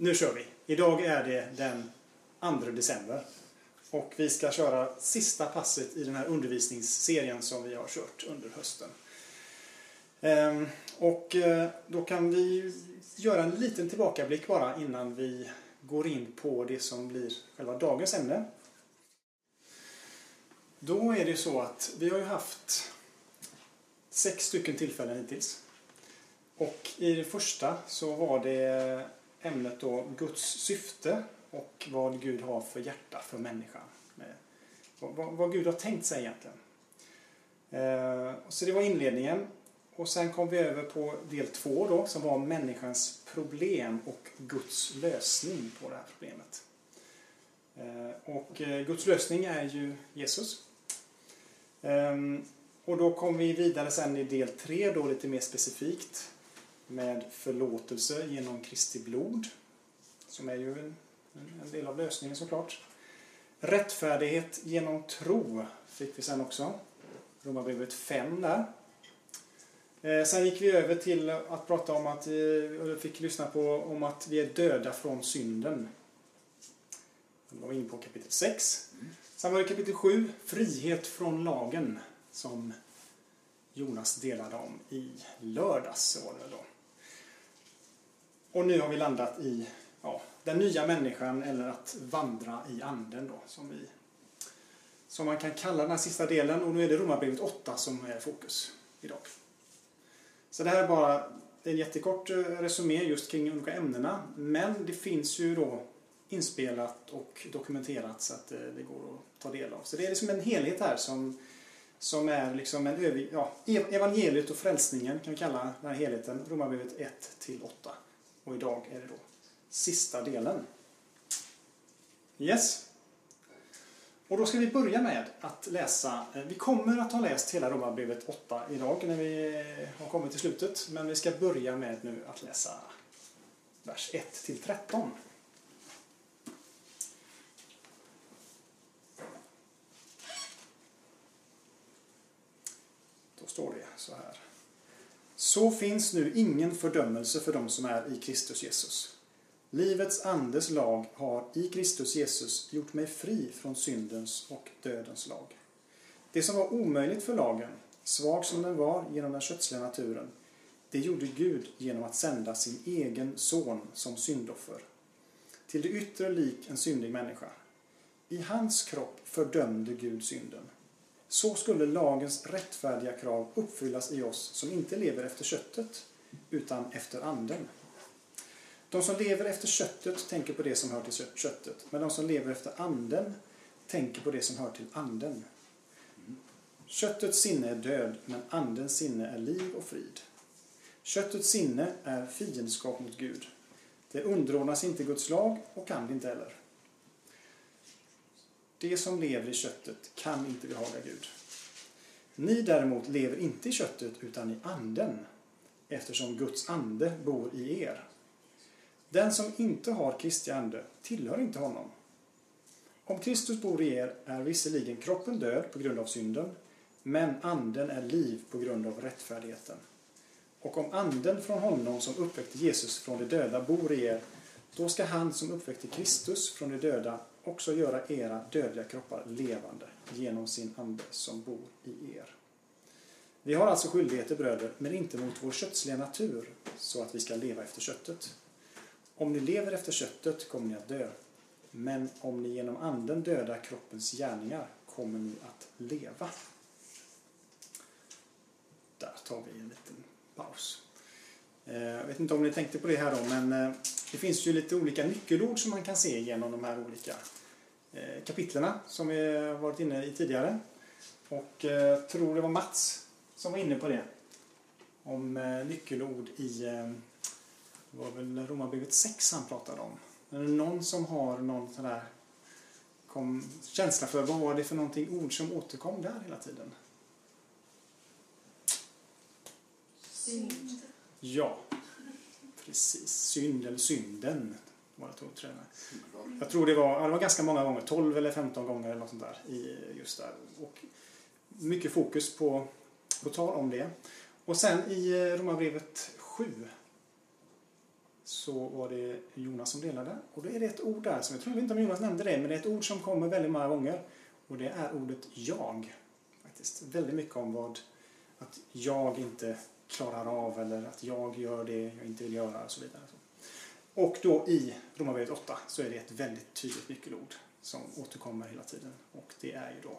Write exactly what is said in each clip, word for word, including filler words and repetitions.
Nu kör vi. Idag är det den andra december. Och vi ska köra sista passet i den här undervisningsserien som vi har kört under hösten. Ehm, och då kan vi göra en liten tillbakablick bara innan vi går in på det som blir själva dagens ämne. Då är det så att vi har ju haft sex stycken tillfällen hittills. Och i det första så var det ämnet då Guds syfte och vad Gud har för hjärta för människan. Vad, vad Gud har tänkt sig egentligen. Eh, så det var inledningen. Och sen kom vi över på del två då, som var människans problem och Guds lösning på det här problemet. Eh, och eh, Guds lösning är ju Jesus. Eh, och då kom vi vidare sen i del tre då lite mer specifikt med förlåtelse genom Kristi blod, som är ju en, en del av lösningen såklart. Rättfärdighet genom tro fick vi sen också. Romarbrevet fem där. Eh, sen gick vi över till att prata om att vi fick lyssna på om att vi är döda från synden. Vi var inne på kapitel sex. Sen var det kapitel sju, frihet från lagen, som Jonas delade om i lördags, så var det då. Och nu har vi landat i ja, den nya människan, eller att vandra i anden då, som, vi, som man kan kalla den här sista delen. Och nu är det Romarbrevet åtta som är fokus idag. Så det här är bara en jättekort resumé just kring olika ämnena. Men det finns ju då inspelat och dokumenterat så att det går att ta del av. Så det är liksom en helhet här som, som är liksom en över, ja, evangeliet och frälsningen kan vi kalla den här helheten. Romarbrevet ett till åtta. Och idag är det då sista delen. Yes. Och då ska vi börja med att läsa. Vi kommer att ha läst hela Romarbrevet åtta idag när vi har kommit till slutet. Men vi ska börja med nu att läsa vers ett till tretton. Då står det så här. Så finns nu ingen fördömelse för dem som är i Kristus Jesus. Livets andes lag har i Kristus Jesus gjort mig fri från syndens och dödens lag. Det som var omöjligt för lagen, svag som den var genom den kötsliga naturen, det gjorde Gud genom att sända sin egen son som syndoffer. Till det yttre lik en syndig människa. I hans kropp fördömde Gud synden. Så skulle lagens rättfärdiga krav uppfyllas i oss som inte lever efter köttet, utan efter anden. De som lever efter köttet tänker på det som hör till köttet, men de som lever efter anden tänker på det som hör till anden. Köttets sinne är död, men andens sinne är liv och frid. Köttets sinne är fiendskap mot Gud. Det underordnas inte Guds lag och kan det inte heller. Det som lever i köttet kan inte behaga Gud. Ni däremot lever inte i köttet utan i anden, eftersom Guds ande bor i er. Den som inte har Kristi ande tillhör inte honom. Om Kristus bor i er är visserligen kroppen död på grund av synden, men anden är liv på grund av rättfärdigheten. Och om anden från honom som uppväckte Jesus från de döda bor i er, då ska han som uppväckte Kristus från de döda också göra era dödliga kroppar levande genom sin ande som bor i er. Vi har alltså skyldigheter, bröder, men inte mot vår kötsliga natur, så att vi ska leva efter köttet. Om ni lever efter köttet kommer ni att dö, men om ni genom anden dödar kroppens gärningar kommer ni att leva. Där tar vi en liten paus. Jag vet inte om ni tänkte på det här då, men det finns ju lite olika nyckelord som man kan se genom de här olika kapitlerna som vi har varit inne i tidigare. Och jag tror det var Mats som var inne på det. Om nyckelord i, det var väl Romarbrevet sex han pratade om. Är det någon som har någon sån där kom, känsla för vad var det för någonting ord som återkom där hela tiden? Synd. Ja, precis. Synd eller synden. Var det tror jag. jag tror det var, ja, det var ganska många gånger. tolv eller femton gånger eller något sånt där. I just där. Och mycket fokus på, på tal om det. Och sen i Romarbrevet sju. så var det Jonas som delade. Och då är det ett ord där, som jag tror inte om Jonas nämnde det, men det är ett ord som kommer väldigt många gånger. Och det är ordet jag. Faktiskt. Väldigt mycket om vad att jag inte klarar av eller att jag gör det jag inte vill göra och så vidare. Och då i Romarbrevet åtta så är det ett väldigt tydligt nyckelord som återkommer hela tiden. Och det är ju då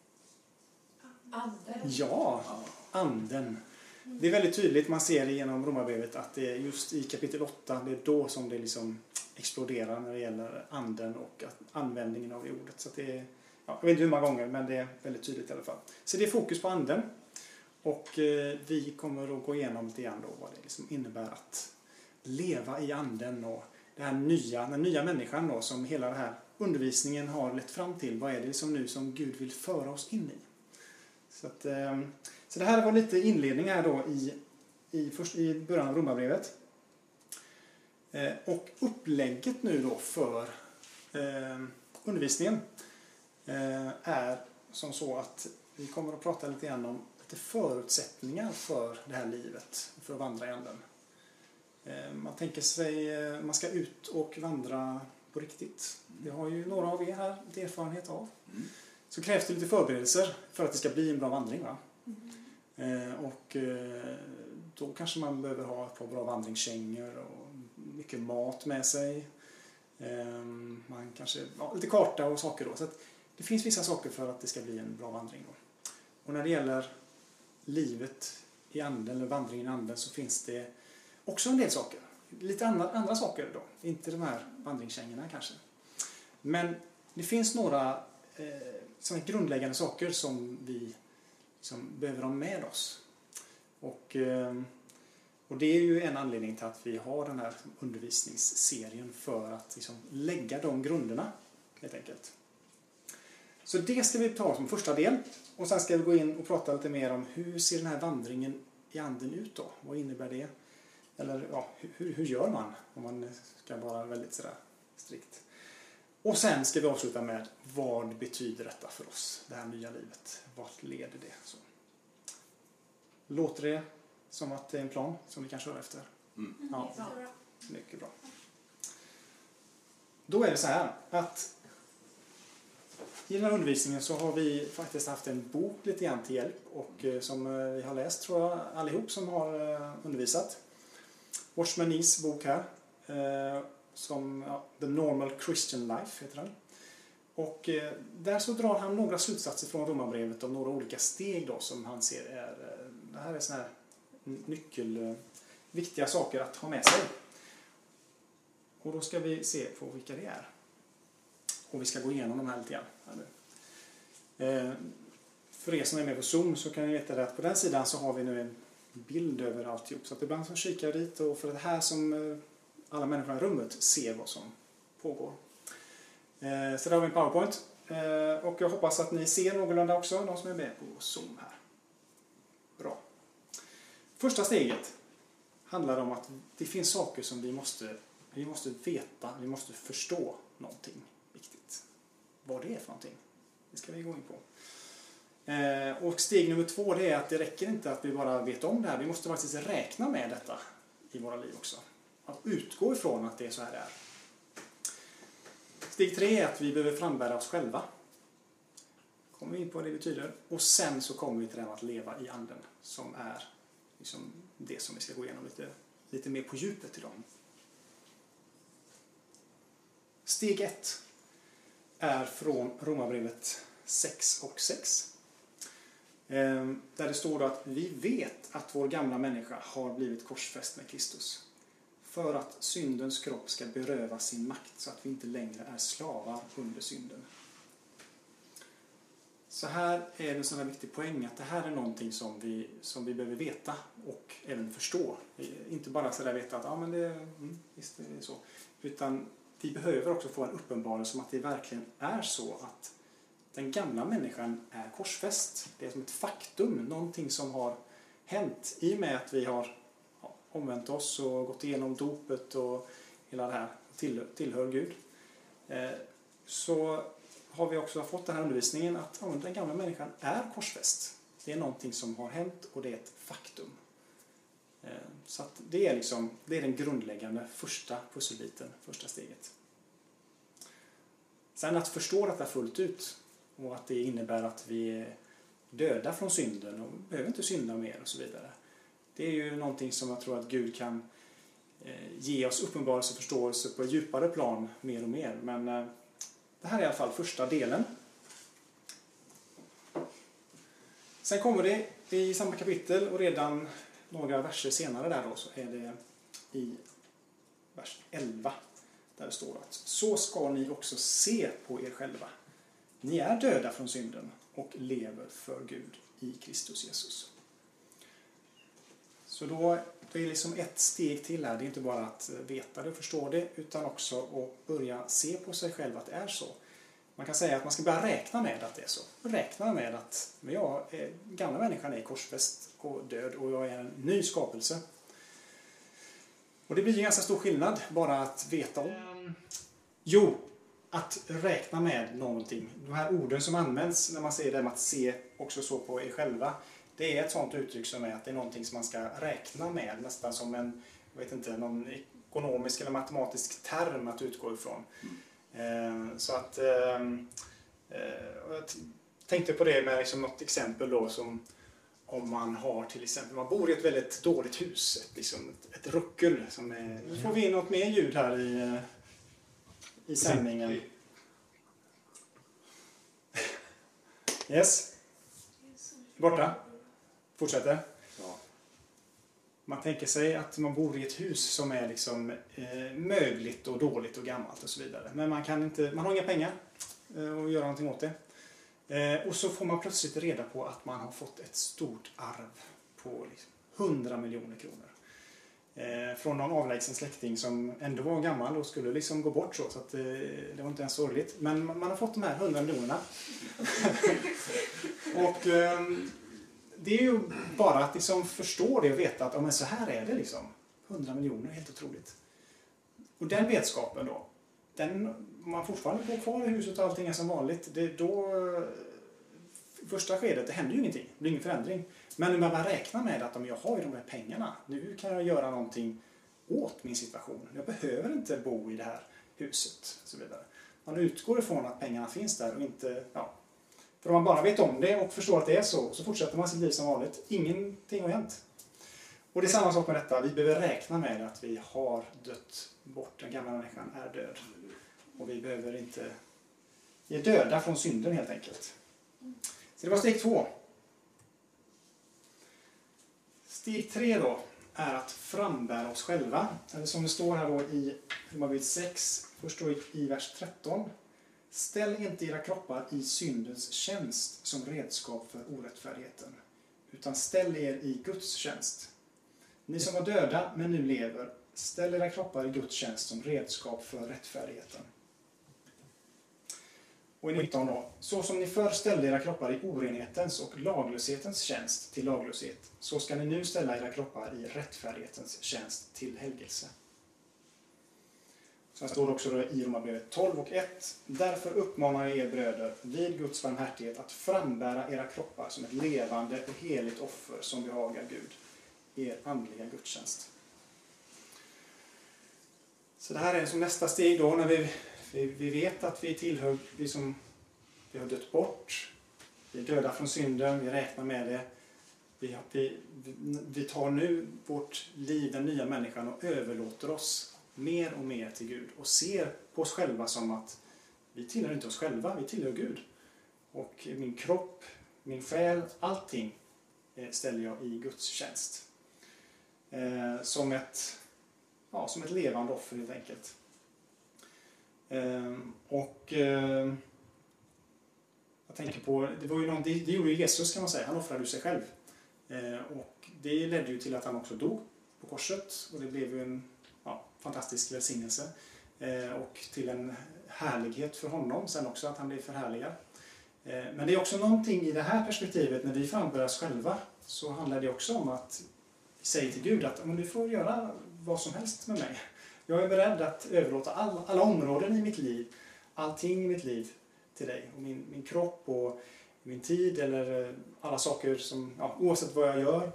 anden. Ja, anden. Det är väldigt tydligt, man ser genom Romarbrevet att det är just i kapitel åtta, det är då som det liksom exploderar när det gäller anden och användningen av det ordet. Så det är, ja, jag vet inte hur många gånger, men det är väldigt tydligt i alla fall. Så det är fokus på anden. Och eh, vi kommer att gå igenom lite grann då vad det liksom innebär att leva i anden och det här nya, den nya människan då, som hela den här undervisningen har lett fram till. Vad är det som nu som Gud vill föra oss in i? Så, att, eh, så det här var lite inledning här då i, i, först, i början av Romarbrevet. Eh, och upplägget nu då för eh, undervisningen eh, är som så att vi kommer att prata lite grann om lite förutsättningar för det här livet, för att vandra i anden. Eh, man tänker sig eh, man ska ut och vandra på riktigt. Det har ju några av er här erfarenhet av. Mm. Så krävs det lite förberedelser för att det ska bli en bra vandring, va? Mm. Eh, och eh, då kanske man behöver ha ett par bra vandringskängor och mycket mat med sig. Eh, man kanske, ja, lite karta och saker då. Så att det finns vissa saker för att det ska bli en bra vandring då. Och när det gäller livet i anden, eller vandringen i anden, så finns det också en del saker. Lite andra, andra saker då. Inte de här vandringskängorna kanske. Men det finns några eh, sådana grundläggande saker som vi som behöver ha med oss. Och, eh, och det är ju en anledning till att vi har den här undervisningsserien, för att liksom lägga de grunderna helt enkelt. Så det ska vi ta som första del. Och sen ska vi gå in och prata lite mer om hur ser den här vandringen i anden ut då? Vad innebär det? Eller ja, hur, hur gör man om man ska vara väldigt sådär strikt? Och sen ska vi avsluta med vad betyder detta för oss, det här nya livet? Vart leder det? Så. Låter det som att det är en plan som vi kan köra efter? Mm. Ja, mycket bra. Då är det så här att i den här undervisningen så har vi faktiskt haft en bok lite grann till hjälp, och som vi har läst, tror jag, allihop som har undervisat. Watchman Nees bok här, som ja, The Normal Christian Life heter den. Och där så drar han några slutsatser från Romarbrevet om några olika steg då som han ser är, det här är såna här nyckel, viktiga saker att ha med sig. Och då ska vi se på vilka det är. Och vi ska gå igenom de här lite grann. Eh, för er som är med på Zoom så kan ni veta att på den sidan så har vi nu en bild över alltihop. Så att ibland så kikar jag dit, och för det här som eh, alla människor i rummet ser vad som pågår. Eh, så där har vi en PowerPoint. Eh, och jag hoppas att ni ser någorlunda också, de som är med på Zoom här. Bra. Första steget handlar om att det finns saker som vi måste, vi måste veta, vi måste förstå någonting viktigt. Vad det är för någonting, det ska vi gå in på. Eh, och steg nummer två, det är att det räcker inte att vi bara vet om det här. Vi måste faktiskt räkna med detta i våra liv också. Att utgå ifrån att det är så här det är. Steg tre är att vi behöver frambära oss själva. Kommer vi in på vad det betyder. Och sen så kommer vi till det här att leva i anden, som är liksom det som vi ska gå igenom lite, lite mer på djupet idag. Steg ett är från Romarbrevet sex och sex. Där det står att vi vet att vår gamla människa har blivit korsfäst med Kristus, för att syndens kropp ska beröva sin makt, så att vi inte längre är slavar under synden. Så här är det en sån här viktig poäng, att det här är någonting som vi, som vi behöver veta och även förstå. Inte bara så där veta att ja, men det, mm, visst är det så, utan vi behöver också få en uppenbarelse om att det verkligen är så att den gamla människan är korsfäst. Det är som ett faktum, någonting som har hänt i och med att vi har ja, omvänt oss och gått igenom dopet och hela det här till, tillhör Gud. Eh, så har vi också fått den här undervisningen att ja, den gamla människan är korsfäst. Det är någonting som har hänt och det är ett faktum. Så att det är liksom, det är den grundläggande första pusselbiten, första steget. Sen att förstå detta fullt ut och att det innebär att vi är döda från synden och behöver inte synda mer och så vidare. Det är ju någonting som jag tror att Gud kan ge oss uppenbarelse och förståelse på ett djupare plan mer och mer. Men det här är i alla fall första delen. Sen kommer det i samma kapitel och redan några verser senare där då så är det i vers elva där det står att så ska ni också se på er själva. Ni är döda från synden och lever för Gud i Kristus Jesus. Så då det är liksom ett steg till här. Det är inte bara att veta det och förstå det utan också att börja se på sig själv att det är så. Man kan säga att man ska börja räkna med att det är så. Räkna med att jag är, gamla människan är korsfäst och död och jag är en ny skapelse. Och det blir en ganska stor skillnad bara att veta om. Jo, att räkna med någonting. De här orden som används när man säger det med att se också så på er själva. Det är ett sådant uttryck som är att det är någonting som man ska räkna med. Nästan som en, jag vet inte, någon ekonomisk eller matematisk term att utgå ifrån. Mm. Så att jag tänkte på det med liksom något exempel då som om man har till exempel, man bor i ett väldigt dåligt hus, ett, liksom ett, ett ruckel som är, nu får vi in något mer ljud här i, i sändningen. Yes. Borta. Fortsätter. Man tänker sig att man bor i ett hus som är liksom eh, mögligt och dåligt och gammalt och så vidare. Men man kan inte, man har inga pengar eh, att göra någonting åt det. Eh, och så får man plötsligt reda på att man har fått ett stort arv på liksom, hundra miljoner kronor. Eh, från någon avlägsen släkting som ändå var gammal och skulle liksom gå bort så. Så att, eh, det var inte ens sorgligt. Men man har fått de här hundra miljonerna. och... Eh, Det är ju bara att liksom förstå det och veta att ja, men så här är det liksom. hundra miljoner, helt otroligt. Och den vetskapen då, den, man fortfarande bor kvar i huset och allting är som vanligt. Det då, första skedet, det händer ju ingenting. Det blir ingen förändring. Men när man räknar med att om jag har ju de här pengarna, nu kan jag göra någonting åt min situation. Jag behöver inte bo i det här huset och så vidare. Man utgår ifrån att pengarna finns där och inte, ja. För om man bara vet om det och förstår att det är så, så fortsätter man sitt liv som vanligt. Ingenting har hänt. Och det är samma sak med detta. Vi behöver räkna med att vi har dött bort. Den gamla människan är död. Och vi behöver inte... Vi är döda från synden helt enkelt. Så det var steg två. Steg tre då är att frambära oss själva. Eller som det står här då i Romarbrevet sex, först då i vers tretton. Ställ inte era kroppar i syndens tjänst som redskap för orättfärdigheten, utan ställ er i Guds tjänst. Ni som var döda men nu lever, ställ era kroppar i Guds tjänst som redskap för rättfärdigheten. Och i nitton då, så som ni förr ställde era kroppar i orenhetens och laglöshetens tjänst till laglöshet, så ska ni nu ställa era kroppar i rättfärdighetens tjänst till helgelse. Sen står det också då i Romarbrevet tolv och ett. Därför uppmanar jag er bröder vid Guds barmhärtighet att frambära era kroppar som ett levande och heligt offer som behagar Gud, er andliga gudstjänst. Så det här är som nästa steg då när vi, vi, vi vet att vi tillhör, vi som vi har dött bort, vi är döda från synden, vi räknar med det. Vi, vi, vi tar nu vårt liv, den nya människan, och överlåter oss mer och mer till Gud och ser på oss själva som att vi tillhör inte oss själva, vi tillhör Gud. Och min kropp, min själ, allting ställer jag i Guds tjänst. Eh, som, ett, ja, som ett levande offer helt enkelt. Eh, och eh, jag tänker på, det, var ju någon, det, det gjorde ju Jesus kan man säga, han offrade sig själv. Eh, och det ledde ju till att han också dog på korset och det blev ju en ja, fantastisk välsignelse eh, och till en härlighet för honom sen också att han blev förhärligad. Eh, men det är också någonting i det här perspektivet när vi frambär oss själva så handlar det också om att vi säger till Gud att men du får göra vad som helst med mig. Jag är beredd att överlåta all, alla områden i mitt liv, allting i mitt liv till dig och min, min kropp och min tid eller alla saker som, ja, oavsett vad jag gör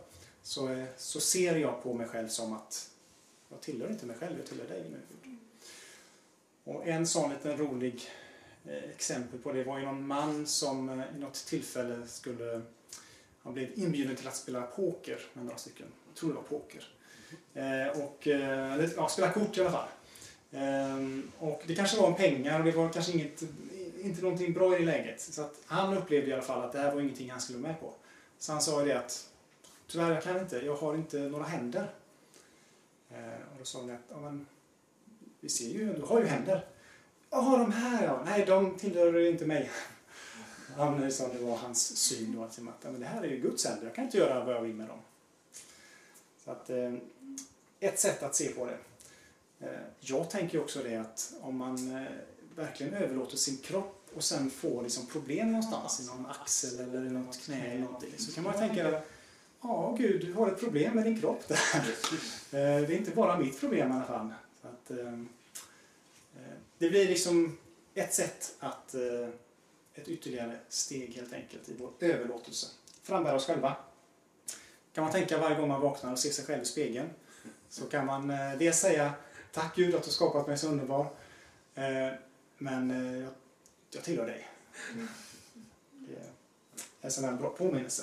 så, så ser jag på mig själv som att jag tillhör inte mig själv, jag tillhör dig nu, Gud. Och en sån liten rolig exempel på det var ju någon man som i något tillfälle skulle, han blev inbjuden till att spela poker med några stycken. Jag tror det var poker. Eh, och, eh, ja, spela kort i alla fall. Eh, och det kanske var en pengar och det var kanske inget, inte någonting bra i det läget. Så att han upplevde i alla fall att det här var ingenting han skulle med på. Så han sa det att tyvärr jag kan inte, jag har inte några händer. Eh, och då sa han att ja, men, vi ser ju, du har ju händer. Jaha, de här ja. Nej, de tillhör inte mig. Han sa det var hans syn då. Att men det här är ju Guds händer. Jag kan inte göra vad jag vill med dem. Så att, eh, ett sätt att se på det. Eh, jag tänker också det att om man eh, verkligen överlåter sin kropp och sen får liksom problem någonstans i någon axel eller i något knä eller någonting, så kan man tänka ja Gud, du har ett problem med din kropp där. eh, det är inte bara mitt problem i alla fall. Så att, eh, det blir liksom ett sätt att, ett ytterligare steg helt enkelt i vår överlåtelse. Frambära oss själva. Kan man tänka varje gång man vaknar och ser sig själv i spegeln. Så kan man dels säga tack Gud att du skapat mig så underbar. Men jag, jag tillhör dig. Det är en sån här bra påminnelse.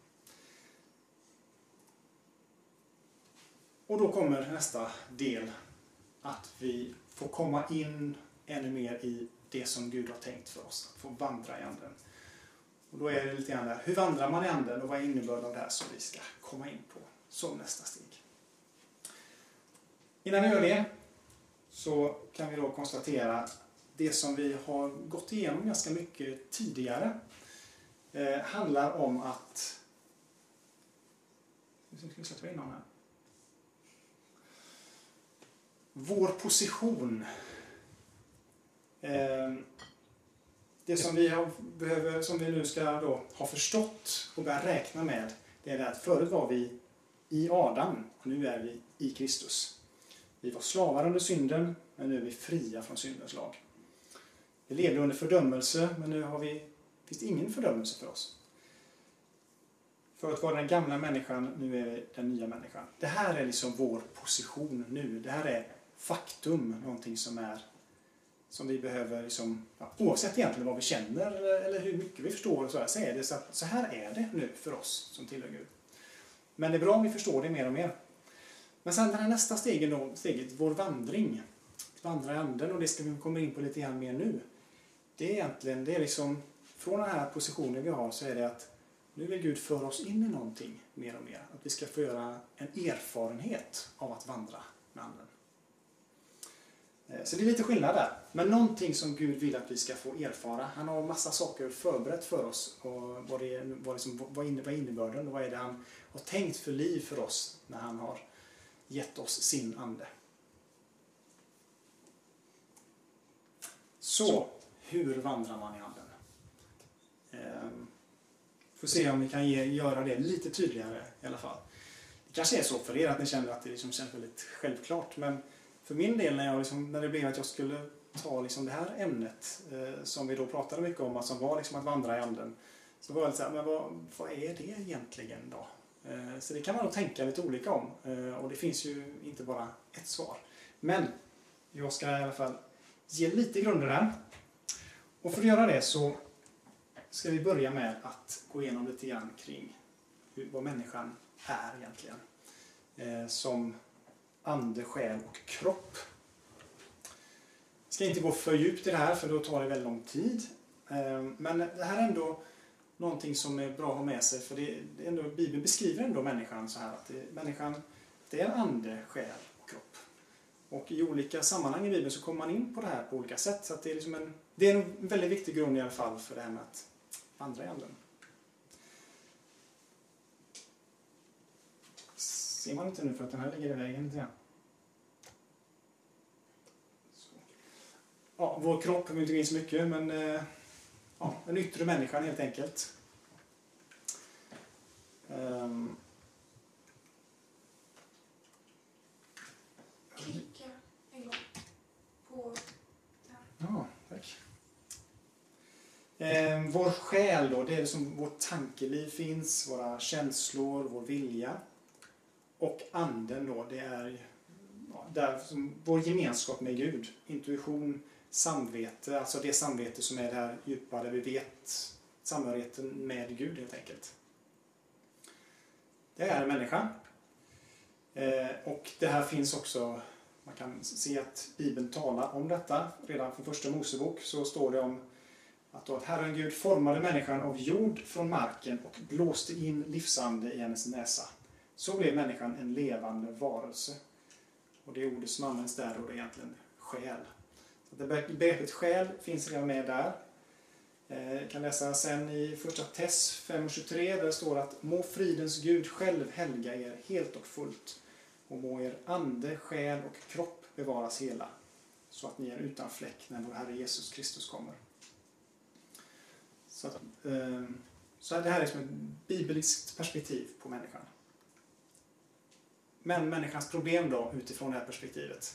Och då kommer nästa del. Att vi får komma in ännu mer i det som Gud har tänkt för oss. Att få vandra i anden. Och då är det lite grann där. Hur vandrar man i anden och vad är innebörden av det här som vi ska komma in på som nästa steg. Innan vi gör det så kan vi då konstatera det som vi har gått igenom ganska mycket tidigare eh, handlar om att ska vi släppa in någon här. Vår position. Eh, det som vi, har, behöver, som vi nu ska då ha förstått och börja räkna med, det är det att förut var vi i Adam och nu är vi i Kristus. Vi var slavar under synden, men nu är vi fria från syndens lag. Vi levde under fördömelse, men nu har vi, finns det ingen fördömelse för oss. Förut var den gamla människan, nu är vi den nya människan. Det här är liksom vår position nu. Det här är faktum, någonting som är som vi behöver, liksom, ja, oavsett egentligen vad vi känner eller hur mycket vi förstår, så, här, så är det så att så här är det nu för oss som tillhör Gud. Men det är bra om vi förstår det mer och mer. Men sen det här nästa steget, då, steget vår vandring, vandra i anden, och det ska vi komma in på lite grann mer nu. Det är egentligen, det är liksom, från den här positionen vi har så är det att nu vill Gud föra oss in i någonting mer och mer. Att vi ska få göra en erfarenhet av att vandra med anden. Så det är lite skillnad där. Men någonting som Gud vill att vi ska få erfara. Han har massa saker förberett för oss. Och vad, det är, vad, liksom, vad, inne, vad är innebörden och vad är det han har tänkt för liv för oss när han har gett oss sin ande. Så, hur vandrar man i anden? Ehm, får se om vi kan ge, göra det lite tydligare i alla fall. Det kanske är så för er att ni känner att det liksom känns väldigt självklart. Men för min del när, jag liksom, när det blev att jag skulle ta liksom det här ämnet eh, som vi då pratade mycket om, som var liksom att vandra i anden, så var det så här, men vad, vad är det egentligen då? Eh, så det kan man nog tänka lite olika om. Eh, och det finns ju inte bara ett svar. Men jag ska i alla fall ge lite grunder där. Och för att göra det så ska vi börja med att gå igenom lite grann kring hur, vad människan är egentligen. Eh, som ande, själ och kropp. Jag ska inte gå för djupt i det här för då tar det väldigt lång tid. Men det här är ändå någonting som är bra att ha med sig, för det är ändå, Bibeln beskriver ändå människan så här att det, människan det är ande, själ och kropp. Och i olika sammanhang i Bibeln så kommer man in på det här på olika sätt, så att det är liksom en, det är en väldigt viktig grund i alla fall för det här med att vandra i anden. Ser man inte nu för att den här ligger i vägen lite grann. Ja, vår kropp behöver inte gå in så mycket, men eh, ja, den yttre människan helt enkelt. Um. Klicka en gång på där. Ja, tack. Eh, vår själ då, det är som vårt tankeliv finns, våra känslor, vår vilja. och anden då, det är ja, där som vår gemenskap med Gud. Intuition, samvete, alltså det samvete som är det här djupa där vi vet samhörigheten med Gud helt enkelt. Det är en människa. Eh, och det här finns också, man kan se att Bibeln talar om detta. Redan från första Mosebok så står det om att, då att Herren Gud formade människan av jord från marken och blåste in livsande i hennes näsa. Så blev människan en levande varelse. Och det ordet som används där då är egentligen själ. Så det begreppet själ finns redan med där. Jag kan läsa sen i första Tess fem tjugotre där det står att må fridens Gud själv helga er helt och fullt och må er ande, själ och kropp bevaras hela så att ni är utan fläck när vår Herre Jesus Kristus kommer. Så, att, så det här är som ett bibliskt perspektiv på människan. Men människans problem då utifrån det här perspektivet.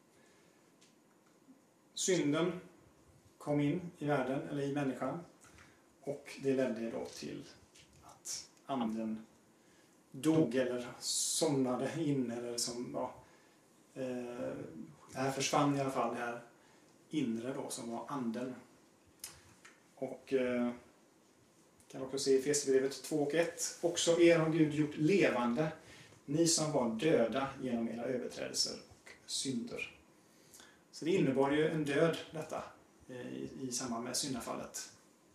Synden kom in i världen, eller i människan. Och det ledde då till att anden dog eller somnade in. Eller som, ja, eh, det här försvann i alla fall, det här inre då som var anden. Och eh, kan också se i Efesierbrevet två och ett. Också er har Gud gjort levande, ni som var döda genom era överträdelser och synder. Så det innebar ju en död detta i, i samband med syndafallet.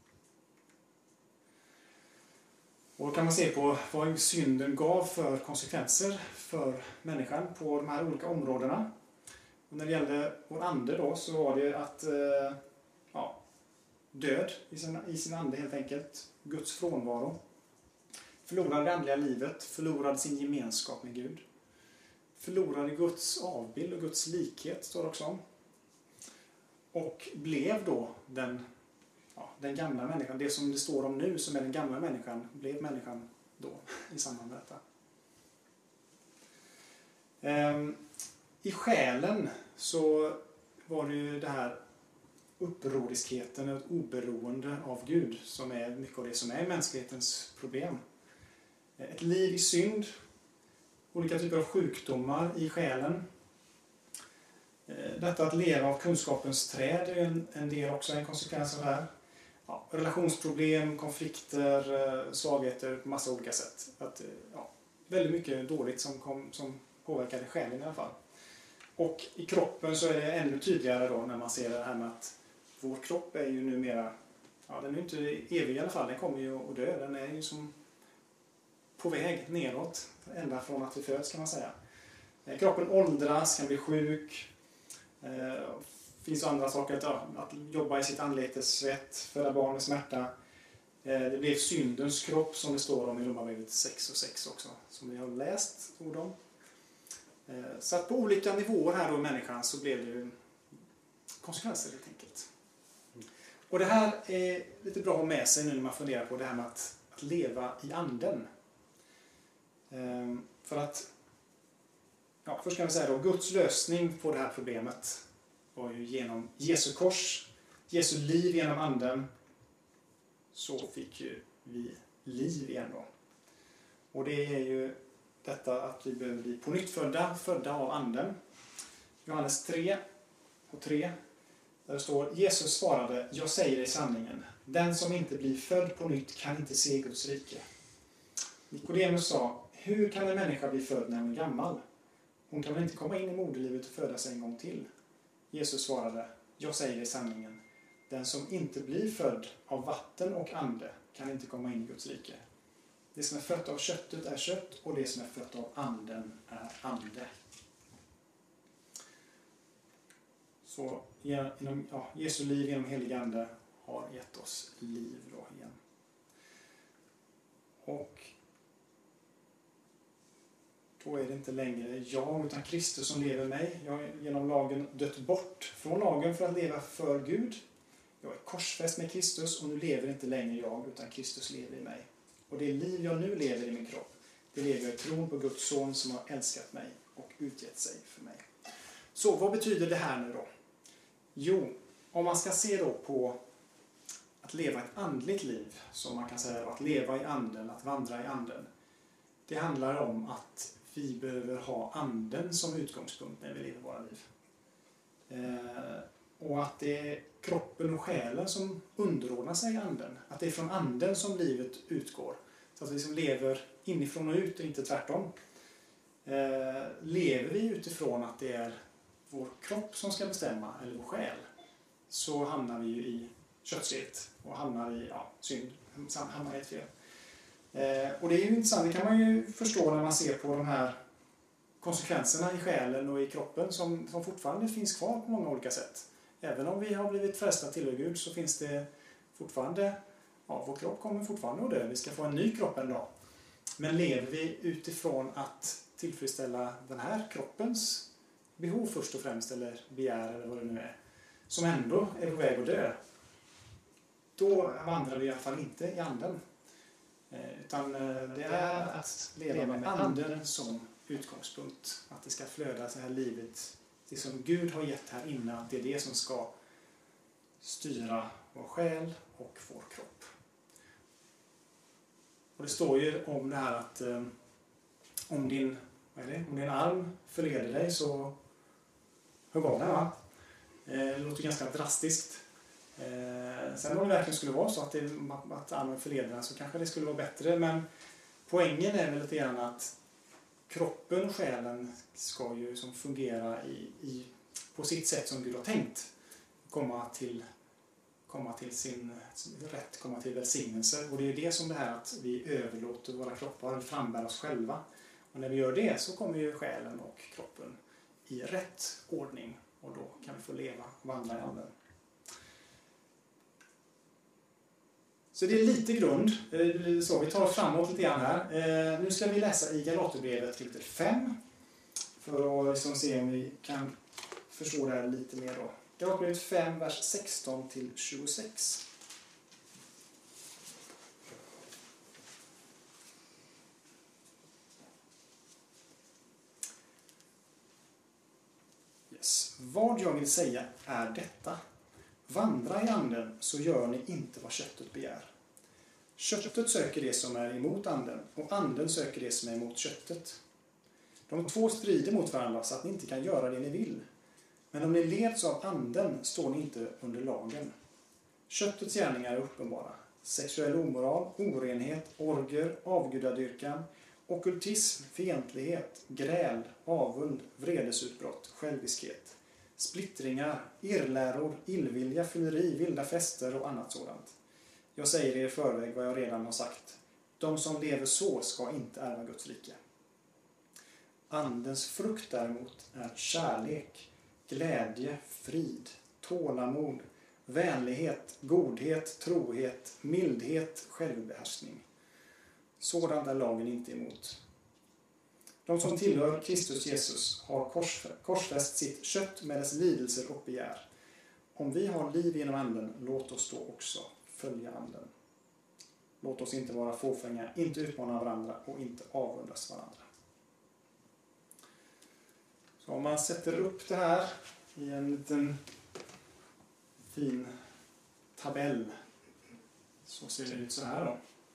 Och då kan man se på vad synden gav för konsekvenser för människan på de här olika områdena. Och när det gällde vår ande då så var det att eh, ja, död i sin, i sin ande helt enkelt. Guds frånvaro. Förlorade det andliga livet, förlorade sin gemenskap med Gud. Förlorade Guds avbild och Guds likhet, står det också om. Och blev då den, ja, den gamla människan, det som det står om nu som är den gamla människan, blev människan då i samband med detta. Ehm, I själen så var det ju det här upproriskheten och oberoende av Gud som är mycket av det som är mänsklighetens problem. Ett liv i synd, olika typer av sjukdomar i själen. Detta att leva av kunskapens träd är en, en del också, en konsekvens av det här. Ja, relationsproblem, konflikter, svagheter på massa olika sätt. Att, ja, väldigt mycket dåligt som, kom, som påverkade själen i alla fall. Och i kroppen så är det ännu tydligare då när man ser det här med att vår kropp är ju numera, ja, den är inte evig i alla fall, den kommer ju att dö, den är ju som på väg neråt, ända från att vi föds kan man säga. Kroppen åldras, kan bli sjuk. Det finns andra saker, att, ja, att jobba i sitt anletes svett, föda barn med smärta. Det blev syndens kropp som det står om i Romarbrevet sex och sex också, som vi har läst ord om. Så att på olika nivåer här då i människan så blev det ju konsekvenser helt enkelt. Och det här är lite bra att ha med sig nu när man funderar på det här med att, att leva i anden. För att, ja, först kan vi säga då, Guds lösning på det här problemet var ju genom Jesu kors, Jesu liv genom anden, så fick ju vi liv igen då. Och det är ju detta att vi behöver bli på nytt födda, födda av anden. Johannes tre och tre, där det står: Jesus svarade, jag säger dig sanningen, den som inte blir född på nytt kan inte se Guds rike. Nikodemus sa, hur kan en människa bli född när hon är gammal? Hon kan väl inte komma in i moderlivet och födas en gång till? Jesus svarade, jag säger dig sanningen, den som inte blir född av vatten och ande kan inte komma in i Guds rike. Det som är fött av köttet är kött och det som är fött av anden är ande. Så genom, ja, Jesu liv genom helig ande har gett oss liv då igen. Och då är det inte längre jag utan Kristus som lever i mig. Jag har genom lagen dött bort från lagen för att leva för Gud. Jag är korsfäst med Kristus och nu lever inte längre jag utan Kristus lever i mig. Och det liv jag nu lever i min kropp, det lever jag i tron på Guds son som har älskat mig och utgett sig för mig. Så vad betyder det här nu då? Jo, om man ska se då på att leva ett andligt liv, som man kan säga att leva i anden, att vandra i anden. Det handlar om att vi behöver ha anden som utgångspunkt när vi lever våra liv. Eh, och att det är kroppen och själen som underordnar sig anden. Att det är från anden som livet utgår. Så att vi som lever inifrån och ut och inte tvärtom. Eh, lever vi utifrån att det är vår kropp som ska bestämma, eller vår själ, så hamnar vi ju i köttsligt och hamnar i ja, synd, hamnar i ett fel. Eh, och det är ju intressant, det kan man ju förstå när man ser på de här konsekvenserna i själen och i kroppen som, som fortfarande finns kvar på många olika sätt. Även om vi har blivit frälsta till Gud så finns det fortfarande, ja, vår kropp kommer fortfarande att dö. Vi ska få en ny kropp en dag. Men lever vi utifrån att tillfredsställa den här kroppens behov först och främst, eller begär eller vad det nu är, som ändå är på väg att dö, då vandrar vi i alla fall inte i anden. Eh, utan eh, det är att leva med anden som utgångspunkt. Att det ska flöda så här livet, det som Gud har gett här inne, att det är det som ska styra vår själ och vår kropp. Och det står ju om det här att eh, om, din, vad är det? om din arm förleder dig så hugg av den, va? Eh, det låter ganska drastiskt. Eh, sen om det verkligen skulle vara så att, det, att armen förleder den så kanske det skulle vara bättre. Men poängen är väl lite grann att kroppen och själen ska ju som fungera i, i, på sitt sätt som Gud har tänkt. Komma till, komma till sin rätt, komma till välsignelse. Och det är det som det här att vi överlåter våra kroppar och frambär oss själva. Och när vi gör det så kommer ju själen och kroppen i rätt ordning. Och då kan vi få leva och vandra i anden. Så det är lite grund. Så vi tar framåt lite grann här. Eh, nu ska vi läsa i Galaterbrevet kapitel fem. För att liksom se om vi kan förstå det här lite mer då. Galaterbrevet fem, vers sexton till tjugosex. Yes. Vad jag vill säga är detta. Vandra i anden så gör ni inte vad köttet begär. Köttet söker det som är emot anden och anden söker det som är emot köttet. De två strider mot varandra så att ni inte kan göra det ni vill. Men om ni leds av anden står ni inte under lagen. Köttets gärningar är uppenbara. Sexuell omoral, orenhet, orger, avgudadyrkan, ockultism, fientlighet, gräl, avund, vredesutbrott, själviskhet. Splittringar, irrläror, illvilja, fylleri, vilda fester och annat sådant. Jag säger er i förväg vad jag redan har sagt. De som lever så ska inte ärva Guds rike. Andens frukt däremot är kärlek, glädje, frid, tålamod, vänlighet, godhet, trohet, mildhet, självbehärskning. Sådant är lagen inte emot. De som tillhör Kristus Jesus har korsfäst sitt kött med dess lidelser och begär. Om vi har liv genom anden, låt oss då också följa anden. Låt oss inte vara fåfänga, inte utmana varandra och inte avundas varandra. Så om man sätter upp det här i en liten fin tabell så ser det ut så här då.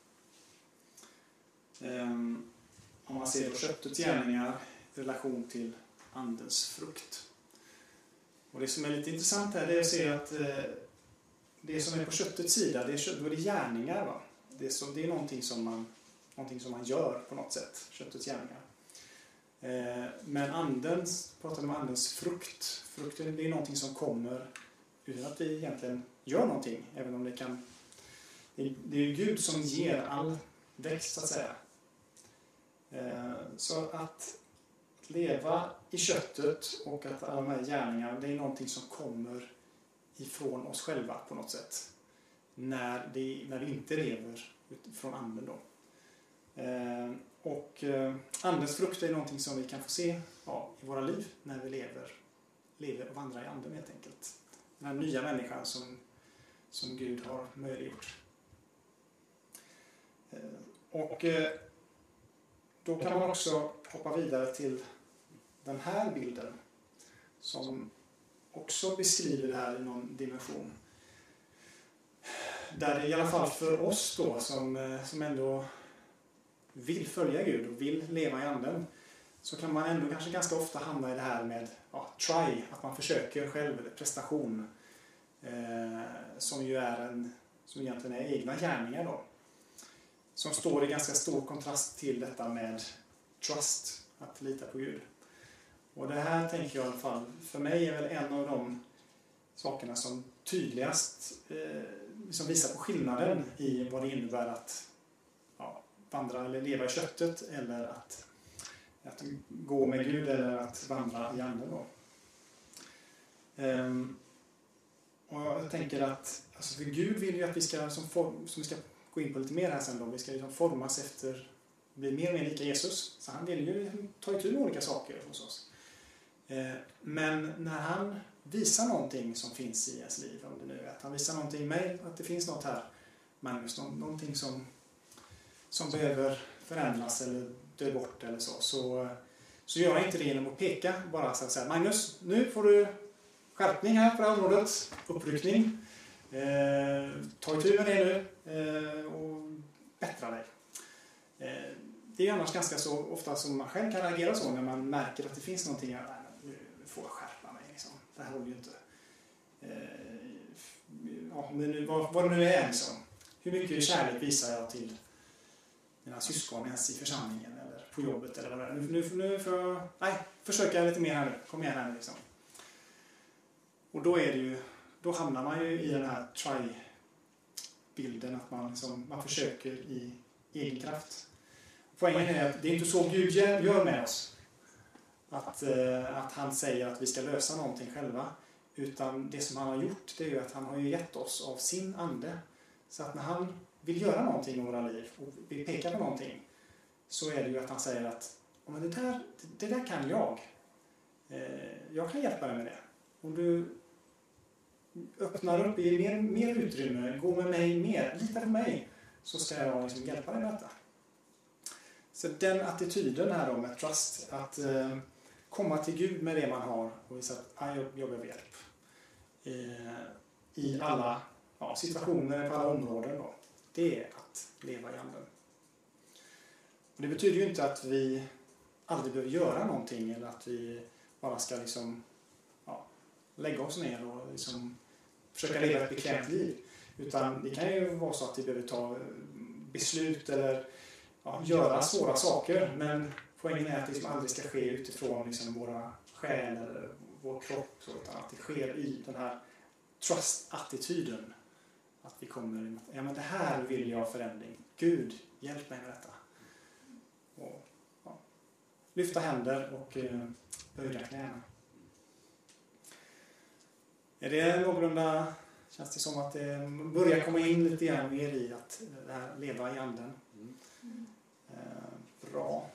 Um, Om man ser på köttets gärningar i relation till andens frukt. Och det som är lite intressant här är att se att eh, det som är på köttets sida, det är, då är det gärningar. Va? Det, är så, det är någonting som, man, någonting som man gör på något sätt, köttets gärningar. Eh, men andens, pratar om andens frukt. Frukten det är någonting som kommer utan att vi egentligen gör någonting. Även om det kan... Det, det är ju Gud som ger all växt så att säga. Så att leva i köttet och att alla de här gärningarna, det är någonting som kommer ifrån oss själva på något sätt. När, det, när vi inte lever från anden då. Och andens frukt är någonting som vi kan få se ja, i våra liv när vi lever, lever och vandrar i anden helt enkelt. Den här nya människan som, som Gud har möjliggjort. Och då kan man också hoppa vidare till den här bilden som också beskriver det här i någon dimension. Där det i alla fall för oss då som, som ändå vill följa Gud och vill leva i anden så kan man ändå kanske ganska ofta hamna i det här med ja, try, att man försöker själv, eller prestation, eh, som ju är en, som egentligen är egna gärningar då. Som står i ganska stor kontrast till detta med trust, att lita på Gud. Och det här tänker jag i alla fall, för mig är väl en av de sakerna som tydligast eh, som visar på skillnaden i vad det innebär att ja, vandra eller leva i köttet eller att, att gå med Gud eller att vandra i anden då. Ehm, och jag tänker att alltså för Gud vill ju att vi ska, som, form, som vi ska gå in på lite mer här sen då, vi ska liksom formas efter, bli mer och mer lika Jesus. Så han vill ju ta itu med olika saker hos oss. Ehm, men när han visar någonting som finns i ens liv, om det nu är att han visar någonting i mig, att det finns något här, Magnus, någonting som, som behöver förändras eller dö bort eller så, så, så gör jag inte det genom att peka, bara så att säga, Magnus, nu får du skärpning här på det här området, uppryckning, eh, ta itu med det nu eh, och bättra dig. Eh, det är annars ganska så ofta som man själv kan reagera så när man märker att det finns någonting här, nu får jag skärpa mig liksom. Det här håller ju inte. Eh, ja, men nu, vad, vad det nu är liksom. Hur mycket kärlek visar jag till mina syskon ens i församlingen eller på jobbet eller vad det är. Nu, nu, nu får jag nej, försöka lite mer här nu. Kom igen här nu liksom. Och då är det ju, då hamnar man ju i den här try-bilden att man, liksom, man försöker i egen kraft. Poängen är att det är inte så Gud gör med oss. Att, eh, att han säger att vi ska lösa någonting själva. Utan det som han har gjort, det är ju att han har ju gett oss av sin ande. Så att när han vill göra någonting i våra liv och vill peka på någonting, så är det ju att han säger att oh, men det, där, det där kan jag. Eh, jag kan hjälpa dig med det. Om du öppnar upp i mer, mer utrymme, gå med mig mer, lita på mig, så ska jag liksom hjälpa dig med detta. Så den attityden här då med trust, att eh, komma till Gud med det man har och visa att ah, jag, jag behöver hjälp. Eh, I alla ja, situationer, på alla områden då. Det är att leva i anden. Och det betyder ju inte att vi aldrig behöver göra någonting eller att vi bara ska liksom, ja, lägga oss ner och liksom försöka leva ett bekvämt liv. Utan det kan ju vara så att vi behöver ta beslut eller ja, göra svåra saker. Men poängen är att det liksom aldrig ska ske utifrån liksom våra själ eller vår kropp. Så, utan att det sker i den här trust-attityden. Att vi kommer, ja men det här vill jag förändring. Gud, hjälp mig med detta. Och, ja, lyfta händer och eh, böja knäna. Är det någorlunda, känns det som att det börjar komma in lite grann mer i att det här leva i anden? Mm. Eh, bra.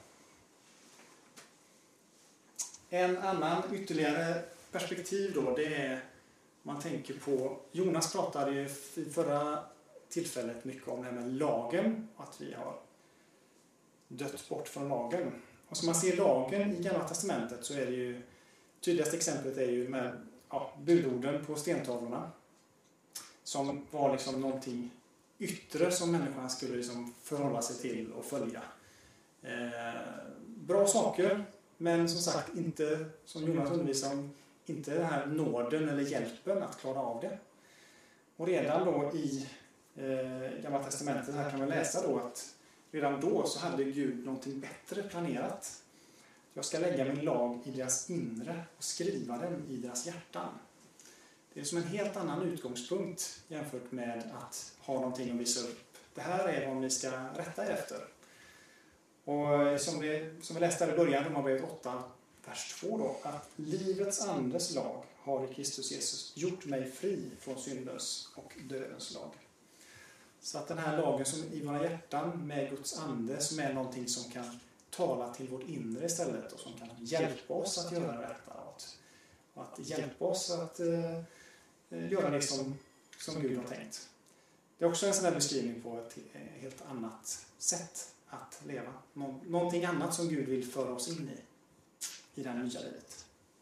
En annan ytterligare perspektiv då, det är man tänker på, Jonas pratade ju i förra tillfället mycket om det här med lagen, att vi har dött bort från lagen. Och som man ser lagen i Gamla testamentet så är det ju, tydligaste exemplet är ju med ja, budorden på stentavlorna. Som var liksom någonting yttre som människorna skulle liksom förhålla sig till och följa. Eh, bra saker, men som sagt inte, som Jonas undervisar om, inte den här nåden eller hjälpen att klara av det. Och redan då i eh, Gamla testamentet här kan man läsa då att redan då så hade Gud någonting bättre planerat. Jag ska lägga min lag i deras inre och skriva den i deras hjärtan. Det är som en helt annan utgångspunkt jämfört med att ha någonting att visa upp. Det här är vad ni ska rätta er efter. Och som vi, som vi läste här i början, Romarbrevet åtta, vers två då, att livets andes lag har i Kristus Jesus gjort mig fri från syndens och dödens lag. Så att den här lagen som i våra hjärtan med Guds ande, som är någonting som kan tala till vårt inre istället och som kan hjälpa oss att göra detta. Och att hjälpa oss att uh, göra det som, som Gud har tänkt. Det är också en sån här beskrivning på ett helt annat sätt att leva. Nå- någonting annat som Gud vill föra oss in i. I det här nya livet.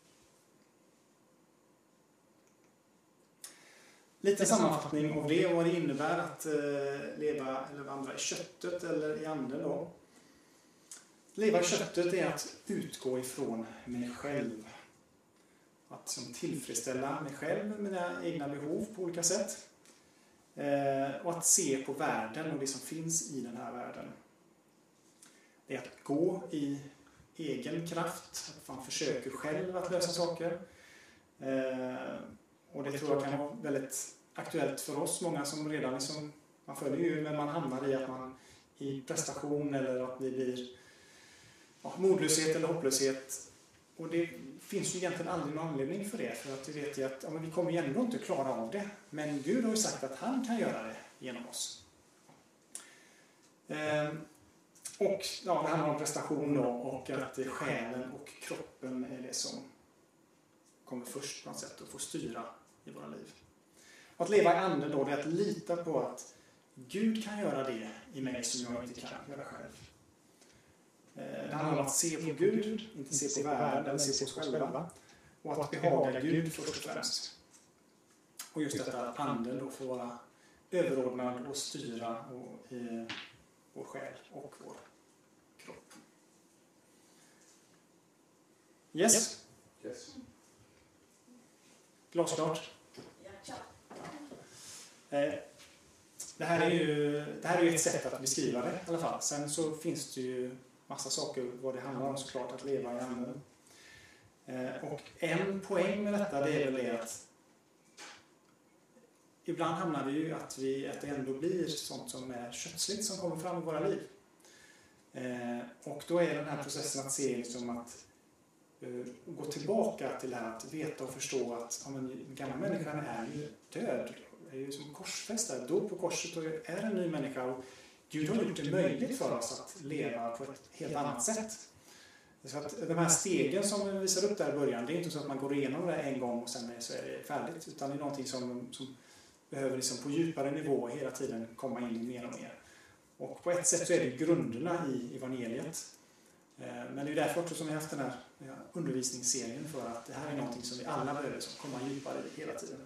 Lite sammanfattning av det och vad det innebär att uh, leva eller vandra i köttet eller i anden då. leva i köttet är att utgå ifrån mig själv. Att som tillfredsställa mig själv, mina egna behov på olika sätt. Eh, och att se på världen och det som finns i den här världen. Det är att gå i egen kraft, att man försöker själv att lösa saker. Eh, och det tror jag kan vara väldigt aktuellt för oss, många som redan liksom, man följer ju, men man hamnar i att man i prestation eller att vi blir ja, modlöshet eller hopplöshet. Och det finns ju egentligen aldrig någon anledning för det, för att vi vet ju att ja, men vi kommer ju ändå inte klara av det. Men Gud har ju sagt att han kan göra det genom oss. Eh, och ja, det handlar om prestation då, och att själen och kroppen är det som kommer först på något sätt och får styra i våra liv. Och att leva i anden då, det är att lita på att Gud kan göra det i mig som jag inte kan göra själv. Det handlar om att se på Gud, inte se på världen eller se på oss själva. Och att behaga Gud först och främst. Och just detta att anden då får vara överordnad och styra och, i vår själ och vår kropp. Yes? Yes. Glasklart? Eh, Det här är ju det här är ju ett sätt att beskriva det i alla fall. Sen så finns det ju massa saker vad det handlar om såklart att leva i anden. Eh, och en poäng med detta det är väl det att ibland hamnar vi ju att, vi, att det ändå blir sånt som är kötsligt som kommer fram i våra liv. Eh, och då är den här processen att se liksom att uh, gå tillbaka till det här att veta och förstå att ja, men, den gamla människan är ju död. Det är ju som korsfäst där, dog på korset och är en ny människa. Och Gud har gjort det möjligt för oss att leva på ett helt annat sätt. Så att de här stegen som vi visar upp där i början, det är inte så att man går igenom det en gång och sen så är det färdigt. Utan det är någonting som, som behöver liksom på djupare nivå hela tiden komma in mer och mer. Och på ett sätt så är det grunderna i evangeliet. Men det är därför också som vi har haft den här undervisningsserien, för att det här är någonting som vi alla behöver komma djupare i hela tiden.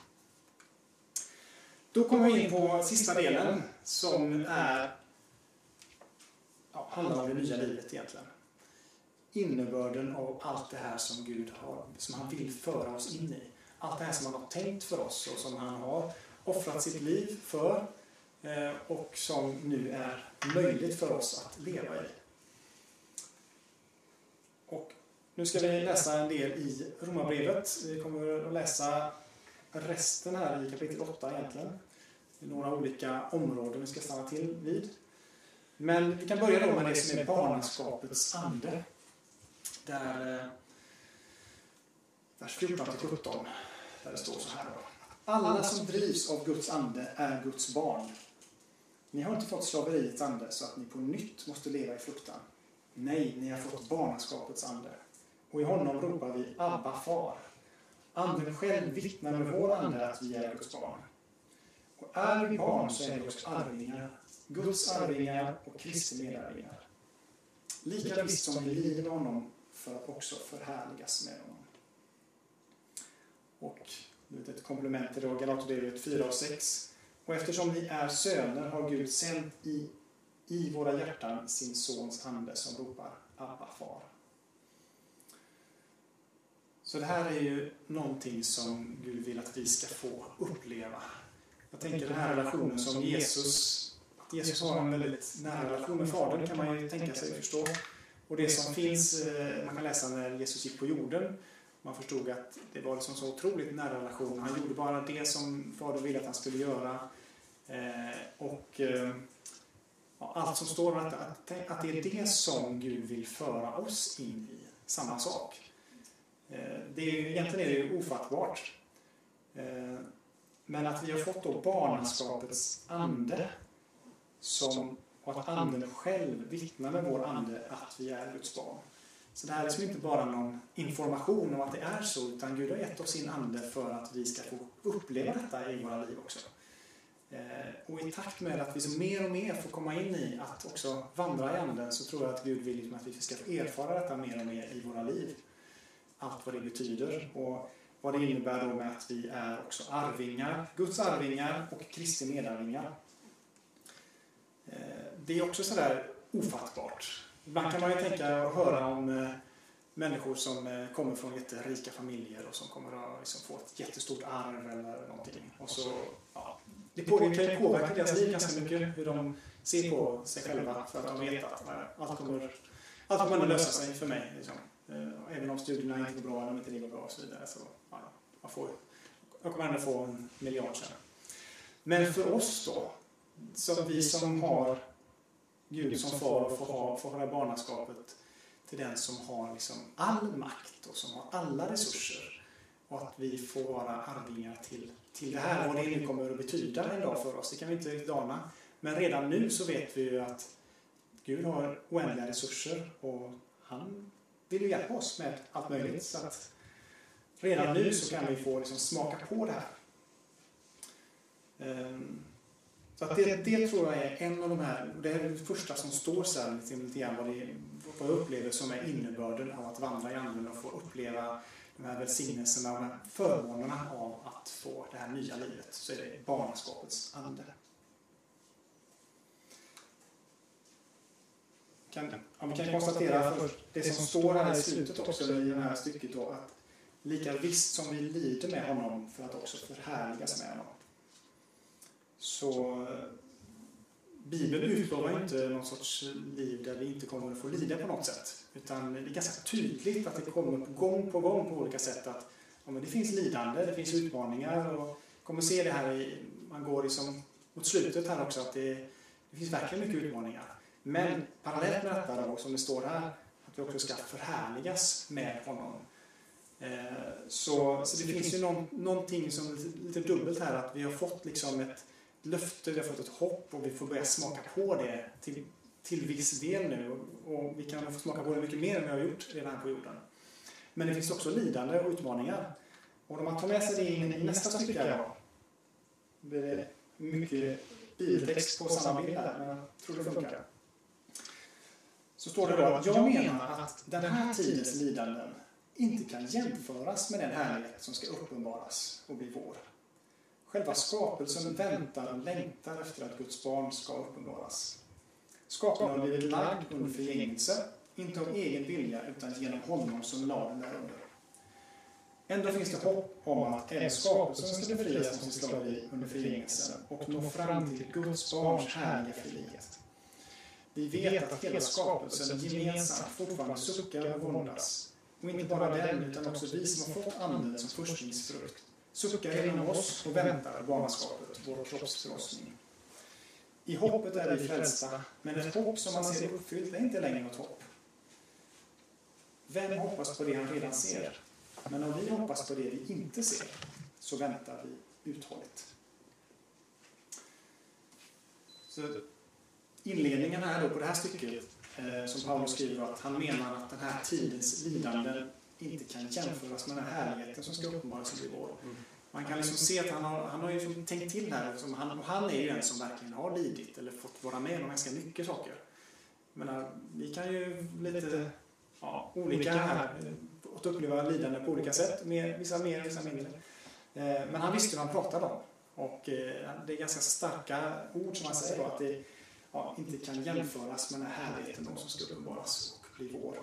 Då kommer vi in på sista delen som är, ja, handlar om det nya livet egentligen. Innebörden av allt det här som Gud har, som han vill föra oss in i. Allt det här som han har tänkt för oss och som han har offrat sitt liv för och som nu är möjligt för oss att leva i. Och nu ska vi läsa en del i Romarbrevet. Vi kommer att läsa resten här i kapitel åtta egentligen. Det är några olika områden vi ska stanna till vid. Men vi kan börja då med det som är barnaskapets ande. Där vers fjorton till sjutton, där det står så här då. Alla som drivs av Guds ande är Guds barn. Ni har inte fått slaveriets ande så att ni på nytt måste leva i fruktan. Nej, ni har fått barnaskapets ande. Och i honom ropar vi Abba, far. Anden själv vittnar med vår ande att vi är Guds barn. Och är vi barn så är vi också arvingar. Guds arvingar och Kristi medarvingar. Lika visst som vi lider med honom för att också förhärligas med honom. Och ett komplement till Galaterbrevet fyra och sex. Och eftersom ni är söner har Gud sänt i, i våra hjärtan sin sons ande som ropar Abba, far. Så det här är ju någonting som Gud vill att vi ska få uppleva. Jag tänker den här relationen som Jesus, Jesus har en väldigt nära relation med Fadern, kan man ju tänka sig förstå. Och det som finns, man kan läsa när Jesus gick på jorden, man förstod att det var liksom så otroligt nära relation. Han gjorde bara det som Fadern ville att han skulle göra. Och ja, allt som står att, att, att det är det som Gud vill föra oss in i, samma sak. Det är, egentligen är det ju ofattbart. Men att vi har fått då barnaskapets ande som, och att anden själv vittnar med vår ande att vi är Guds barn. Så det här är liksom inte bara någon information om att det är så, utan Gud har gett oss sin ande för att vi ska få uppleva detta i våra liv också. Och i takt med att vi så mer och mer får komma in i att också vandra i anden, så tror jag att Gud vill att vi ska få erfara detta mer och mer i våra liv. Allt vad det betyder och vad det innebär då med att vi är också arvingar, Guds arvingar och Kristi medarvingar. Det är också sådär ofattbart. Ibland kan man ju tänka och höra om eh, människor som eh, kommer från jätterika familjer och som kommer att liksom, få ett jättestort arv eller någonting. Och så, ja, det, på, det kan ju påverka deras liv ganska mycket, hur de ser på sig själva för att de vet att allt kommer, allt kommer att lösa sig för mig. Liksom. Eh, även om studierna inte går bra eller inte det går bra och så vidare. Så, ja, man får, jag kommer ändå få en miljard sen. Men för oss då, så vi som har Gud som far och får ha, får ha det här barnaskapet till den som har liksom all makt och som har alla resurser. Och att vi får vara arvingar till, till det här. Vad det nu kommer att betyda en dag för oss. Det kan vi inte riktigt ana. Men redan nu så vet vi ju att Gud har oändliga resurser. Och han vill ju hjälpa oss med allt möjligt. Så att redan nu så kan vi få liksom smaka på det här. Um, Så att det, det tror jag är en av de här, det är det första som står så här lite, lite grann vad, det, vad jag upplever som är innebörden av att vandra i anden och få uppleva de här välsignelserna och de här förmånerna av att få det här nya livet. Så är det barnaskapets ande. Kan, ja, vi kan konstatera först det som står här i slutet också i det här stycket då, att lika visst som vi lider med honom för att också förhärligas med honom. Så Bibeln utlovar inte någon sorts liv där vi inte kommer att få lida på något sätt. Utan det är ganska tydligt att det kommer på gång på gång på olika sätt att ja, men det finns lidande, det finns utmaningar och kommer se det här i, man går liksom mot slutet här också att det, det finns verkligen mycket utmaningar. Men parallellt med detta då, som det står här, att vi också ska förhärligas med honom. Eh, så, så det finns ju någon, någonting som är lite dubbelt här, att vi har fått liksom ett löfte, vi har fått ett hopp och vi får börja smaka på det till, till viss del nu. Och, och vi kan få smaka på det mycket mer än vi har gjort redan här på jorden. Men det finns också lidande och utmaningar. Och om man tar med sig det in i nästa stycke här då, blir det mycket bibeltext på samma bild här, men jag tror det funkar. Så står det då, jag menar att den här tidens lidanden inte kan jämföras med den härlighet som ska uppenbaras och bli vår. Själva skapelsen väntar och längtar efter att Guds barn ska uppenbaras. Skapelsen har blivit lagd under förgängelse, inte av egen vilja utan genom honom som lade den där under. Ändå finns det hopp om att även skapelsen ska befrias från sitt slaveri under förgängelsen och nå fram till Guds barns härliga frihet. Vi vet att hela skapelsen gemensamt fortfarande suckar och våndas. Och inte bara den utan också vi som har fått anden som förstlingsfrukt suckar inom oss och väntar barnaskapet, vår kroppsförlossning. I hoppet är vi frälsta, men ett hopp som man ser uppfyllt är inte längre något hopp. Vem hoppas på det han redan ser? Men om vi hoppas på det vi inte ser, så väntar vi uthålligt. Så inledningen här då på det här stycket eh, som Paulus skriver att han menar att den här tidens lidanden inte kan jämföras med den här härligheten som ska uppenbaras som blir vår. Man kan liksom se att han har, han har ju tänkt till här. Som han, och han är ju en som verkligen har lidit eller fått vara med om ganska mycket saker. Men vi kan ju lite ja, olika här att uppleva lidande på olika sätt. Mer, vissa mer, vissa mindre. Men han visste vad han pratade om. Och det är ganska starka ord som han säger då, att det ja, inte kan jämföras med den här härligheten som ska uppenbaras och bli vår.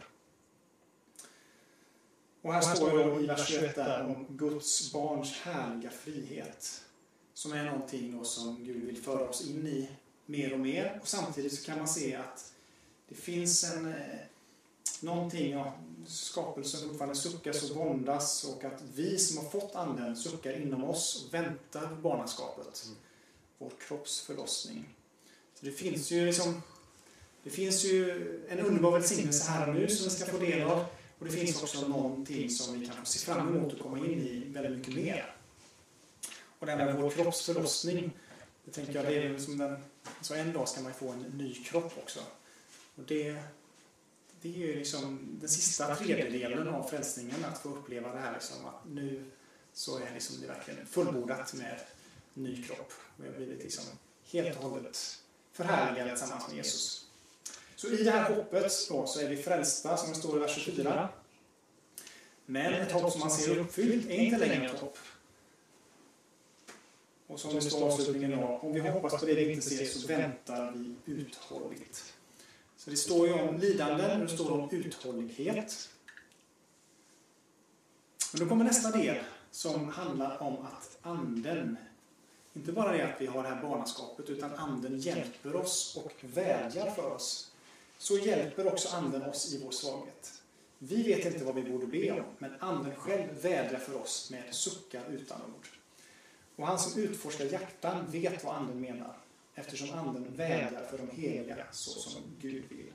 Och här står det i vers tjugoett där om Guds barns härliga frihet. Som är någonting då som Gud vill föra oss in i mer och mer. Och samtidigt så kan man se att det finns en eh, någonting, ja, skapelsen som fortfarande suckas och våndas. Och att vi som har fått anden suckar inom oss och väntar på barnaskapet. Vår kroppsförlossning. Så det finns ju liksom, det finns ju en underbar välsignelse här nu som vi ska få del av. Och det finns också någonting som vi kan få se fram emot och komma in i väldigt mycket mer. Och den med vår kroppsförlossning, det tänker jag, det är som den, alltså en dag ska man få en ny kropp också. Och det, det är ju liksom den sista tredjedelen av frälsningen, att få uppleva det här liksom, att nu så är liksom det verkligen fullbordat med ny kropp. Vi har blivit liksom helt och hållet förhärligade tillsammans med Jesus. Så i det här hoppet då, så är vi frälsta, som det står i vers tjugofyra. Men ett hopp som man ser uppfyllt är inte längre ett hopp. Och som det står i avslutningen då, om vi hoppas på det vi inte ser så väntar vi uthålligt. Så det står ju om lidanden och det står om uthållighet. Men då kommer nästa del som handlar om att anden, inte bara det att vi har det här barnaskapet, utan anden hjälper oss och vädjar för oss. Så hjälper också anden oss i vår svaghet. Vi vet inte vad vi borde be om, men anden själv vädjar för oss med suckar utan ord. Och han som utforskar hjärtan vet vad anden menar, eftersom anden vädjar för de heliga så som Gud vill.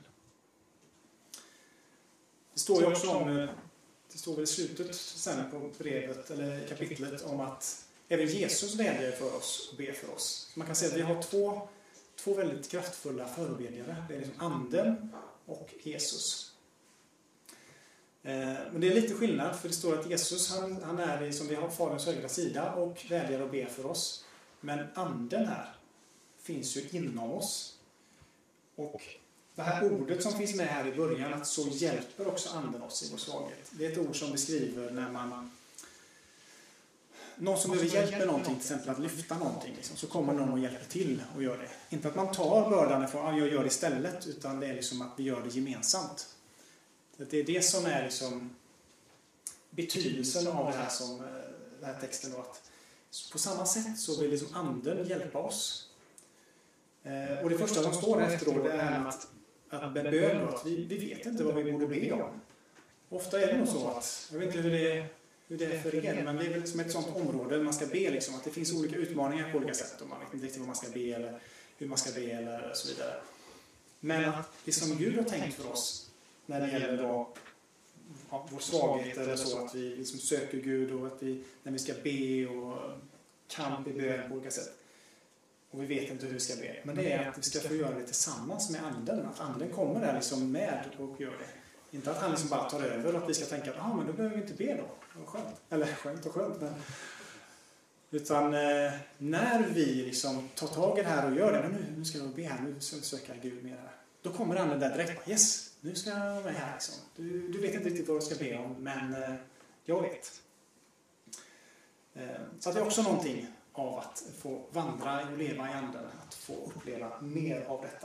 Det står ju också om, det står väl i slutet sen på brevet eller kapitlet om att även Jesus vädjar för oss och ber för oss. Så man kan säga att vi har två, två väldigt kraftfulla förebedjare. Det är liksom anden och Jesus. Men det är lite skillnad, för det står att Jesus han, han är som vi har Faderns högra sida och vädjar och ber för oss. Men anden här finns ju inom oss. Och det här ordet som finns med här i början, att så hjälper också anden oss i vår svaghet. Det är ett ord som beskriver när man någon som behöver hjälp med någonting, till exempel att lyfta någonting, liksom, så kommer någon och hjälper till och gör det. Inte att man tar bördan ifrån, ja, jag gör det istället, utan det är liksom att vi gör det gemensamt. Det är det som är liksom betydelsen av det här, som, den här texten. Då, att på samma sätt så vill liksom anden hjälpa oss. Eh, och det första som står efter då, det är att, att med bön, att vi, vi vet inte vad vi borde be om. Ofta är det nog så att, jag vet inte hur det, hur det är för er, men det är väl som ett sånt område där man ska be, liksom, att det finns olika utmaningar på olika sätt. Och man vet inte riktigt vad man ska be eller hur man ska be eller så vidare. Men att det som Gud har tänkt för oss, när det gäller då, ja, vår svaghet eller så, att vi liksom söker Gud och att vi, när vi ska be och kan be bön på olika sätt. Och vi vet inte hur vi ska be. Men det är att vi ska få göra det tillsammans med anden. Att anden kommer där liksom med och gör det. Inte att han liksom bara tar över och att vi ska tänka att ah, men då behöver vi inte be då. Det var skönt. Eller skönt och skönt. Men... Utan eh, när vi liksom tar tag i det här och gör det. Men nu, nu ska vi be här, nu ska vi söka Gud mer här. Då kommer anden där direkt. Yes, nu ska jag vara med här. Liksom. Du, du vet inte riktigt vad du ska be om, men eh, jag vet. Eh, så att det är också någonting av att få vandra och leva i anden. Att få uppleva mer av detta.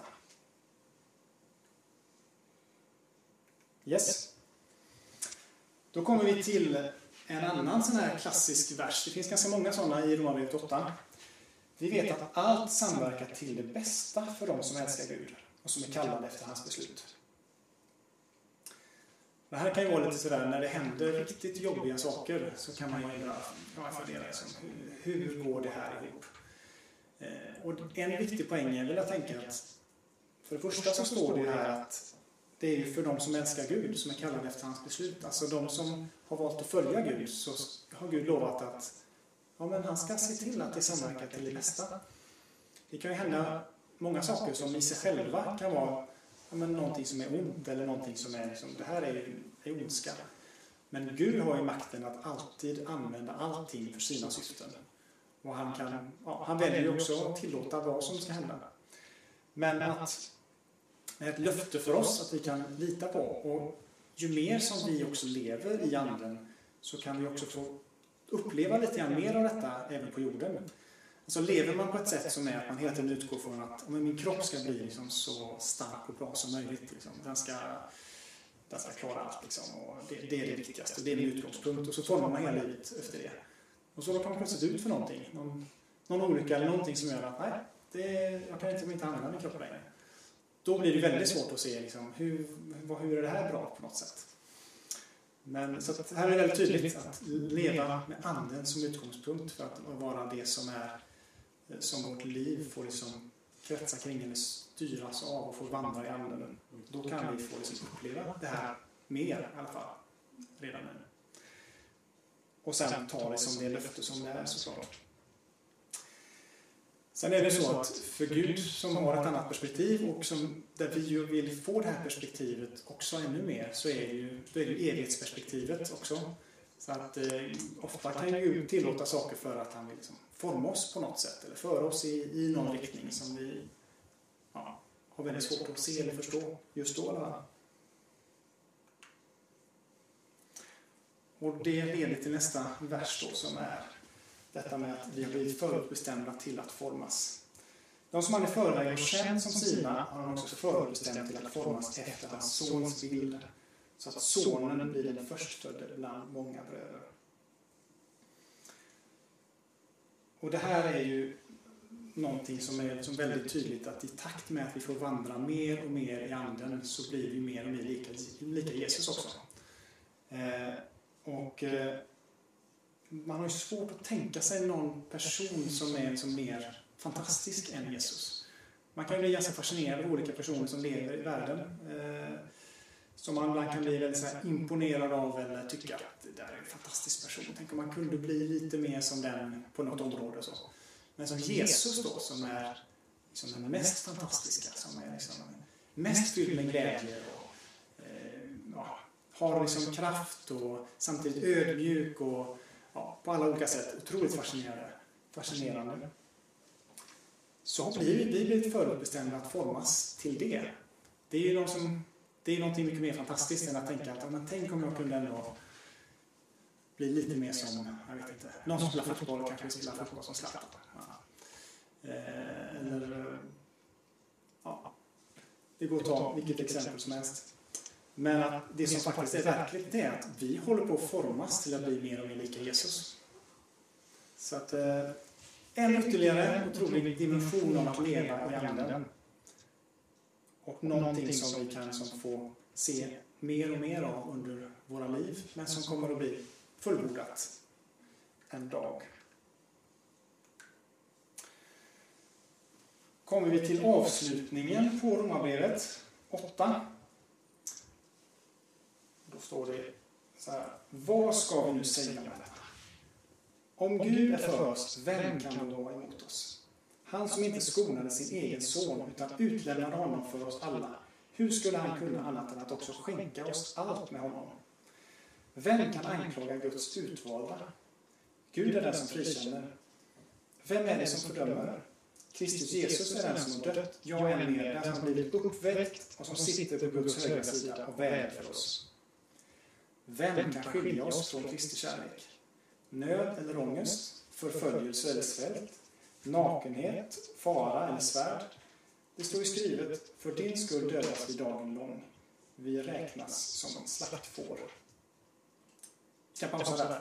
Yes. Då kommer vi till en annan sån här klassisk vers. Det finns ganska många sådana i Romarbrevet åtta. Vi vet att allt samverkar till det bästa för de som älskar Gud och som är kallade efter hans beslut. Det här kan ju vara lite sådär, när det händer riktigt jobbiga saker så kan man ju undra, ja, fundera liksom, hur, hur går det här ihop? Eh, och en viktig poäng är väl att tänka att för det första så står det ju här att det är ju för de som älskar Gud som är kallade efter hans beslut. Alltså de som har valt att följa Gud, så har Gud lovat att ja, men han ska se till att det samverkar till det bästa. Det kan ju hända många saker som i sig själva kan vara ja, men någonting som är ont eller någonting som är liksom, det här är, är ondska. Men Gud har ju makten att alltid använda allting för sina syften. Och han, kan, ja, han väljer ju också att tillåta vad som ska hända. Men att ett löfte för oss att vi kan lita på. Och ju mer som vi också lever i anden så kan vi också få uppleva lite grann mer av detta även på jorden. Alltså lever man på ett sätt som är att man hela tiden utgår från att men min kropp ska bli liksom så stark och bra som möjligt. Liksom. Den, ska, den ska klara allt. Liksom. Och det, det är det viktigaste. Det är min utgångspunkt. Och så formar man hela livet efter det. Och så råkar man plötsligt ut för någonting. Någon, någon olycka eller någonting som gör att nej, det, jag kan inte, inte använda min kropp längre. Då blir det väldigt svårt att se liksom, hur, hur är det här bra på något sätt. Men så att här är det väldigt tydligt att leva med anden som utgångspunkt för att vara det som är som vårt liv får liksom kretsa kring eller styras av och få vandra i anden. Då kan vi få liksom uppleva det här mer i alla fall redan nu. Och sen ta det som det löfte som det är såklart. Sen är det så att för Gud som har ett annat perspektiv och som, där vi ju vill få det här perspektivet också ännu mer, så är det ju, det är ju evighetsperspektivet också. Så att eh, ofta kan Gud tillåta saker för att han vill liksom forma oss på något sätt eller föra oss i, i någon riktning som vi ja, har väldigt svårt att se eller förstå just då. Eller? Och det leder till nästa vers då, som är detta med att vi har blivit förutbestämda till att formas. De som han i förväg har känt som sina har han också förutbestämt till att formas efter hans sons bild, så att sonen blir den förstfödde bland många bröder. Och det här är ju någonting som är som väldigt tydligt, att i takt med att vi får vandra mer och mer i anden så blir vi mer och mer lika, lika Jesus också. Eh, och eh, man har ju svårt att tänka sig någon person som är som mer fantastisk än Jesus. Man kan ju bli ganska fascinerad av olika personer som lever i världen. Eh, som man ibland kan bli väldigt så här imponerad av eller tycka att det där är en fantastisk person. Tänk om man kunde bli lite mer som den på något område. Så. Men som Jesus då, som är liksom den mest fantastiska, som är liksom mest fylld med glädje och eh, ja, har liksom kraft och samtidigt ödmjuk och ja, på alla olika sätt otroligt fascinerande. fascinerande. Så blir vi, vi blir förutbestämda att formas till det. Det är ju något som, det är någonting mycket mer fantastiskt än att tänka att men tänk om jag kunde ändå bli lite mer som, jag vet inte, någon som spelar fotboll kanske spelar fotboll som Zlatan. Ja. Eh, eller, ja, det går att ta vilket exempel som helst. Men att det som faktiskt är verkligt är att vi håller på att formas till att bli mer och mer lika Jesus. Så att eh, en ytterligare otrolig dimension av att leva i anden. Och någonting som vi kan som få se mer och mer av under våra liv, men som kommer att bli fullbordat en dag. Kommer vi till avslutningen på Romarbrevet åtta. Då står det så här: vad ska vi nu säga om detta? Om Gud är för oss, vem kan då vara emot oss? Han som inte skonade sin egen son utan utlämnade honom för oss alla. Hur skulle han kunna annat än att också skänka oss allt med honom? Vem kan anklaga Guds utvalda? Gud är den som frikänner. Vem är det som fördömer? Kristus Jesus är den som har dött. Jag är mer, den som har blivit uppväckt och som sitter på Guds högra sida och vädjar för oss. Vem kan skilja oss från Kristi kärlek? Nöd eller ångest, förföljelse eller svält, nakenhet, fara eller svärd. Det står ju skrivet: för din skull dödas vi dagen lång. Vi räknas som en slaktfår. Ska pausa där.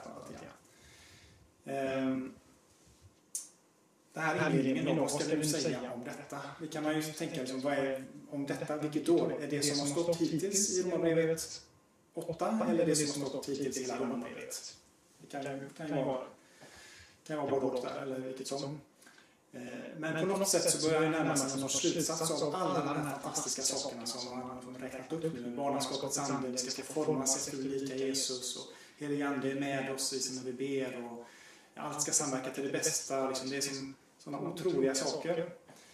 Ehm, det här inledningen då, vad ska vi nu säga om detta? Vi kan man ju tänka liksom, vad är om detta, vilket år? Är det som har stått hittills i Romarbrevet åtta eller det som har stått hittills i hela Romarbrevet? Det kan, kan ju vara, kan vara både och där, eller vilket som. Men på något sätt så börjar jag närma sig någon slutsats av alla de här fantastiska sakerna som man har räknat upp nu. Barnaskapets ande, vi ska få formas efter lika Jesus, och helig ande är med oss när vi ber, och allt ska samverka till det bästa. Liksom det är som sådana otroliga saker.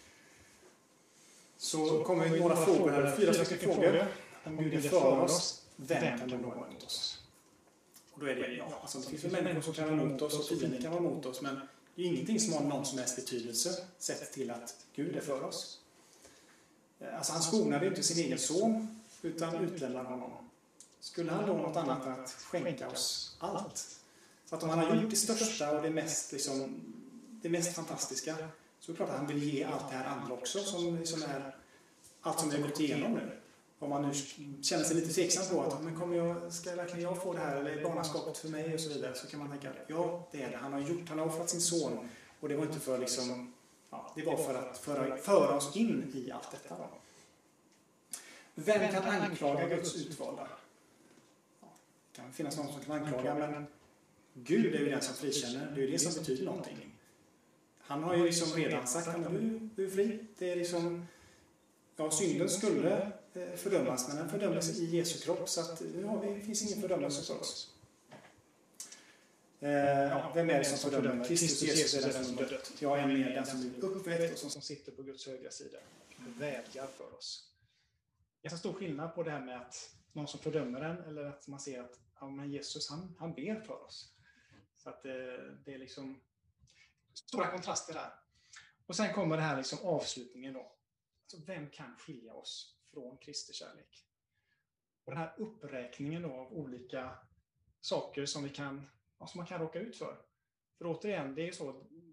Så kommer vi några frågor här, fyra stycken frågor. Om Gud är för oss, vem kan då vara emot oss? Och då är det, ja, alltså det finns väl människor som kan vara emot oss och fiender kan vara emot oss, men det är ingenting som har någon som helst betydelse sett till att Gud är för oss. Alltså han skonade inte sin egen son utan utlämnade honom. Skulle han då något annat att skänka oss allt? Så att om han har gjort det största och det mest, liksom, det mest fantastiska, så är det klart att han vill ge allt det här andra också, som liksom är allt som vi har gått igenom nu. Om man nu känner sig lite tveksam på att men kommer jag, ska verkligen jag få det här, eller är barnaskapet för mig och så vidare, så kan man tänka ja, det är det. Han har gjort, han har offrat sin son, och det var inte för liksom, ja, det var för att föra, föra oss in i allt detta. Då. Vem kan anklaga Guds utvalda? Ja, det kan finnas någon som kan anklaga, men Gud är ju den som frikänner, det är ju det som betyder någonting. Han har ju liksom redan sagt att du, du är fri. Det är liksom, ja, synden skulle fördömas, men den fördömas i Jesu kropp, så att nu har vi, det finns ingen fördömelse för oss. Eh, ja, vem är det som fördömer? Kristus Jesus är den som har dött. Jag är med den som blir uppväckt och som sitter på Guds högra sida och vädjar för oss. Det är en stor skillnad på det här med att någon som fördömer den, eller att man ser att ja, men Jesus han, han ber för oss. Så att eh, det är liksom stora kontraster där. Och sen kommer det här liksom avslutningen då. Alltså, vem kan skilja oss från Kristi kärlek? Och den här uppräkningen då av olika saker som vi kan, som man kan råka ut för. För återigen, det är ju så,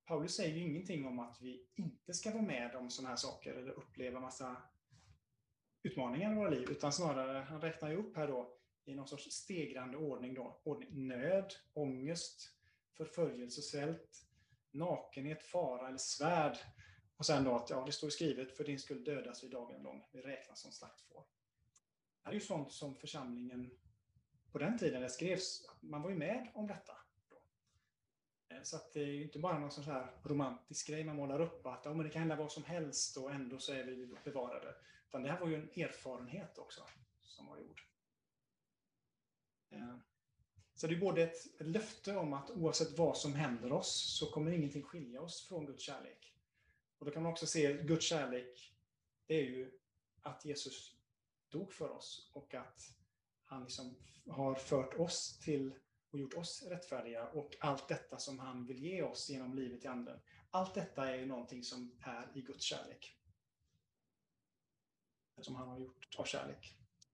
Paulus säger ju ingenting om att vi inte ska vara med om sådana här saker eller uppleva massa utmaningar i våra liv, utan snarare, han räknar ju upp här då i någon sorts stegrande ordning då. Ordning, nöd, ångest, förföljelse, svält, nakenhet, fara eller svärd. Och sen då att ja, det står skrivet, för din skull dödas vi dagen lång. Vi räknas som slaktfår. Det är ju sånt som församlingen på den tiden det skrevs, man var ju med om detta. Då. Så att det är ju inte bara någon sån här romantisk grej man målar upp, att ja, men det kan hända vad som helst och ändå så är vi bevarade. Utan det här var ju en erfarenhet också som var gjord. Så det är både ett, ett löfte om att oavsett vad som händer oss så kommer ingenting skilja oss från Guds kärlek. Och då kan man också se Guds kärlek, det är ju att Jesus dog för oss och att han liksom har fört oss till och gjort oss rättfärdiga, och allt detta som han vill ge oss genom livet i anden. Allt detta är ju någonting som är i Guds kärlek. Som han har gjort av kärlek.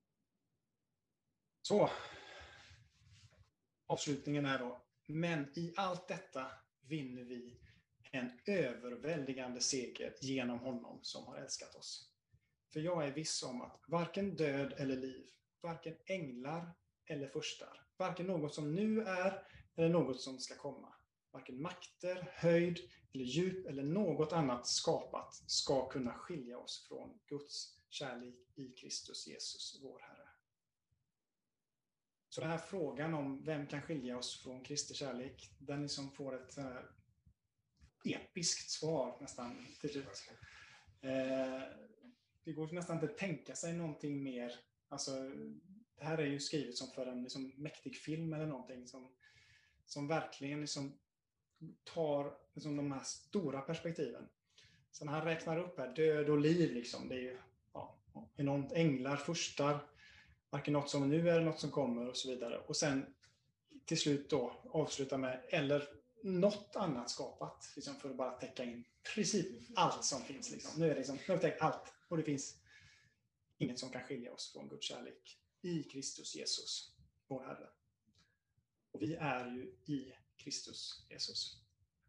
Så. Avslutningen är då: men i allt detta vinner vi en överväldigande seger genom honom som har älskat oss. För jag är viss om att varken död eller liv, varken änglar eller furstar, varken något som nu är eller något som ska komma, varken makter, höjd eller djup eller något annat skapat ska kunna skilja oss från Guds kärlek i Kristus Jesus, vår Herre. Så den här frågan om vem kan skilja oss från Kristi kärlek, den liksom får ett äh, episkt svar nästan till slut. Eh, det går nästan inte att tänka sig någonting mer. Alltså, det här är ju skrivet som för en liksom, mäktig film eller någonting som, som verkligen liksom, tar liksom, de här stora perspektiven. Så när han räknar upp här, död och liv, liksom, det är ju ja, enormt, änglar, furstar, varken något som nu är eller något som kommer och så vidare. Och sen till slut då avsluta med eller något annat skapat, liksom, för att bara täcka in princip allt som finns. Liksom. Nu är det liksom, nu har vi täckt allt, och det finns inget som kan skilja oss från Guds kärlek i Kristus Jesus, vår Herre. Och vi är ju i Kristus Jesus.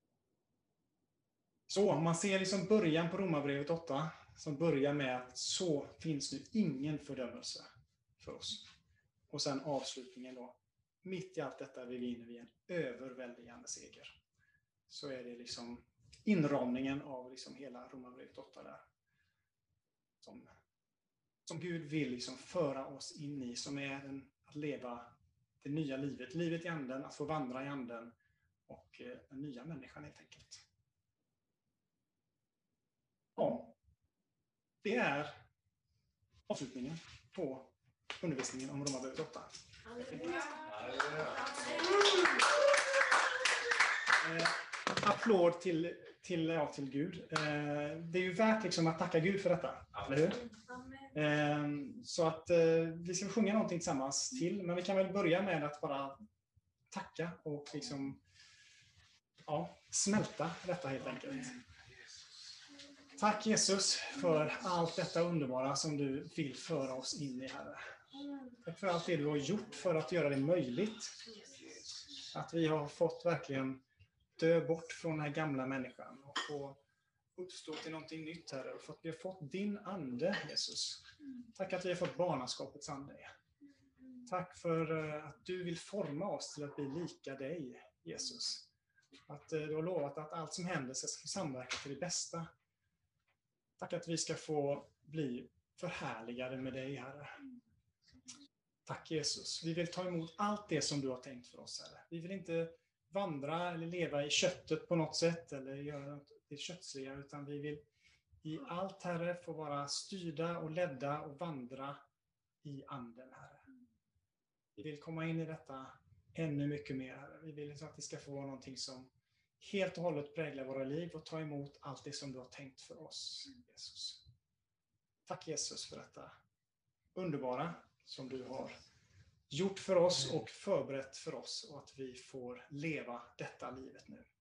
Så man ser liksom början på Romarbrevet åtta, som börjar med att så finns nu ingen fördömelse för oss. Och sen avslutningen då, mitt i allt detta vi vinner vi en överväldigande seger. Så är det liksom inramningen av liksom hela Romarbrevet åtta där. Som, som Gud vill liksom föra oss in i, som är en, att leva det nya livet. Livet i anden, att få vandra i anden och eh, den nya människan helt enkelt. Ja, det är avslutningen på undervisningen om Romarbrevet åtta. Eh, applåd till, till, ja, till Gud. Eh, det är ju värt liksom att tacka Gud för detta, eller hur? Eh, så att eh, vi ska sjunga någonting tillsammans till, men vi kan väl börja med att bara tacka och liksom ja, smälta detta helt enkelt. Tack Jesus för allt detta underbara som du vill föra oss in i, Herre. Tack för allt det du har gjort för att göra det möjligt. Att vi har fått verkligen dö bort från den här gamla människan och få uppstå till någonting nytt, Herre. Och för att vi har fått din ande, Jesus. Tack att vi har fått barnaskapets ande. Tack för att du vill forma oss till att bli lika dig, Jesus. Att du har lovat att allt som händer ska samverka till det bästa. Tack att vi ska få bli förhärligade med dig, Herre. Tack Jesus. Vi vill ta emot allt det som du har tänkt för oss, Herre. Vi vill inte vandra eller leva i köttet på något sätt eller göra något det köttsliga, utan vi vill i allt, Herre, få vara styrda och ledda och vandra i anden, Herre. Vi vill komma in i detta ännu mycket mer, Herre. Vi vill att det ska få vara någonting som helt och hållet präglar våra liv och ta emot allt det som du har tänkt för oss, Jesus. Tack Jesus för detta underbara som du har gjort för oss och förberett för oss, och att vi får leva detta livet nu.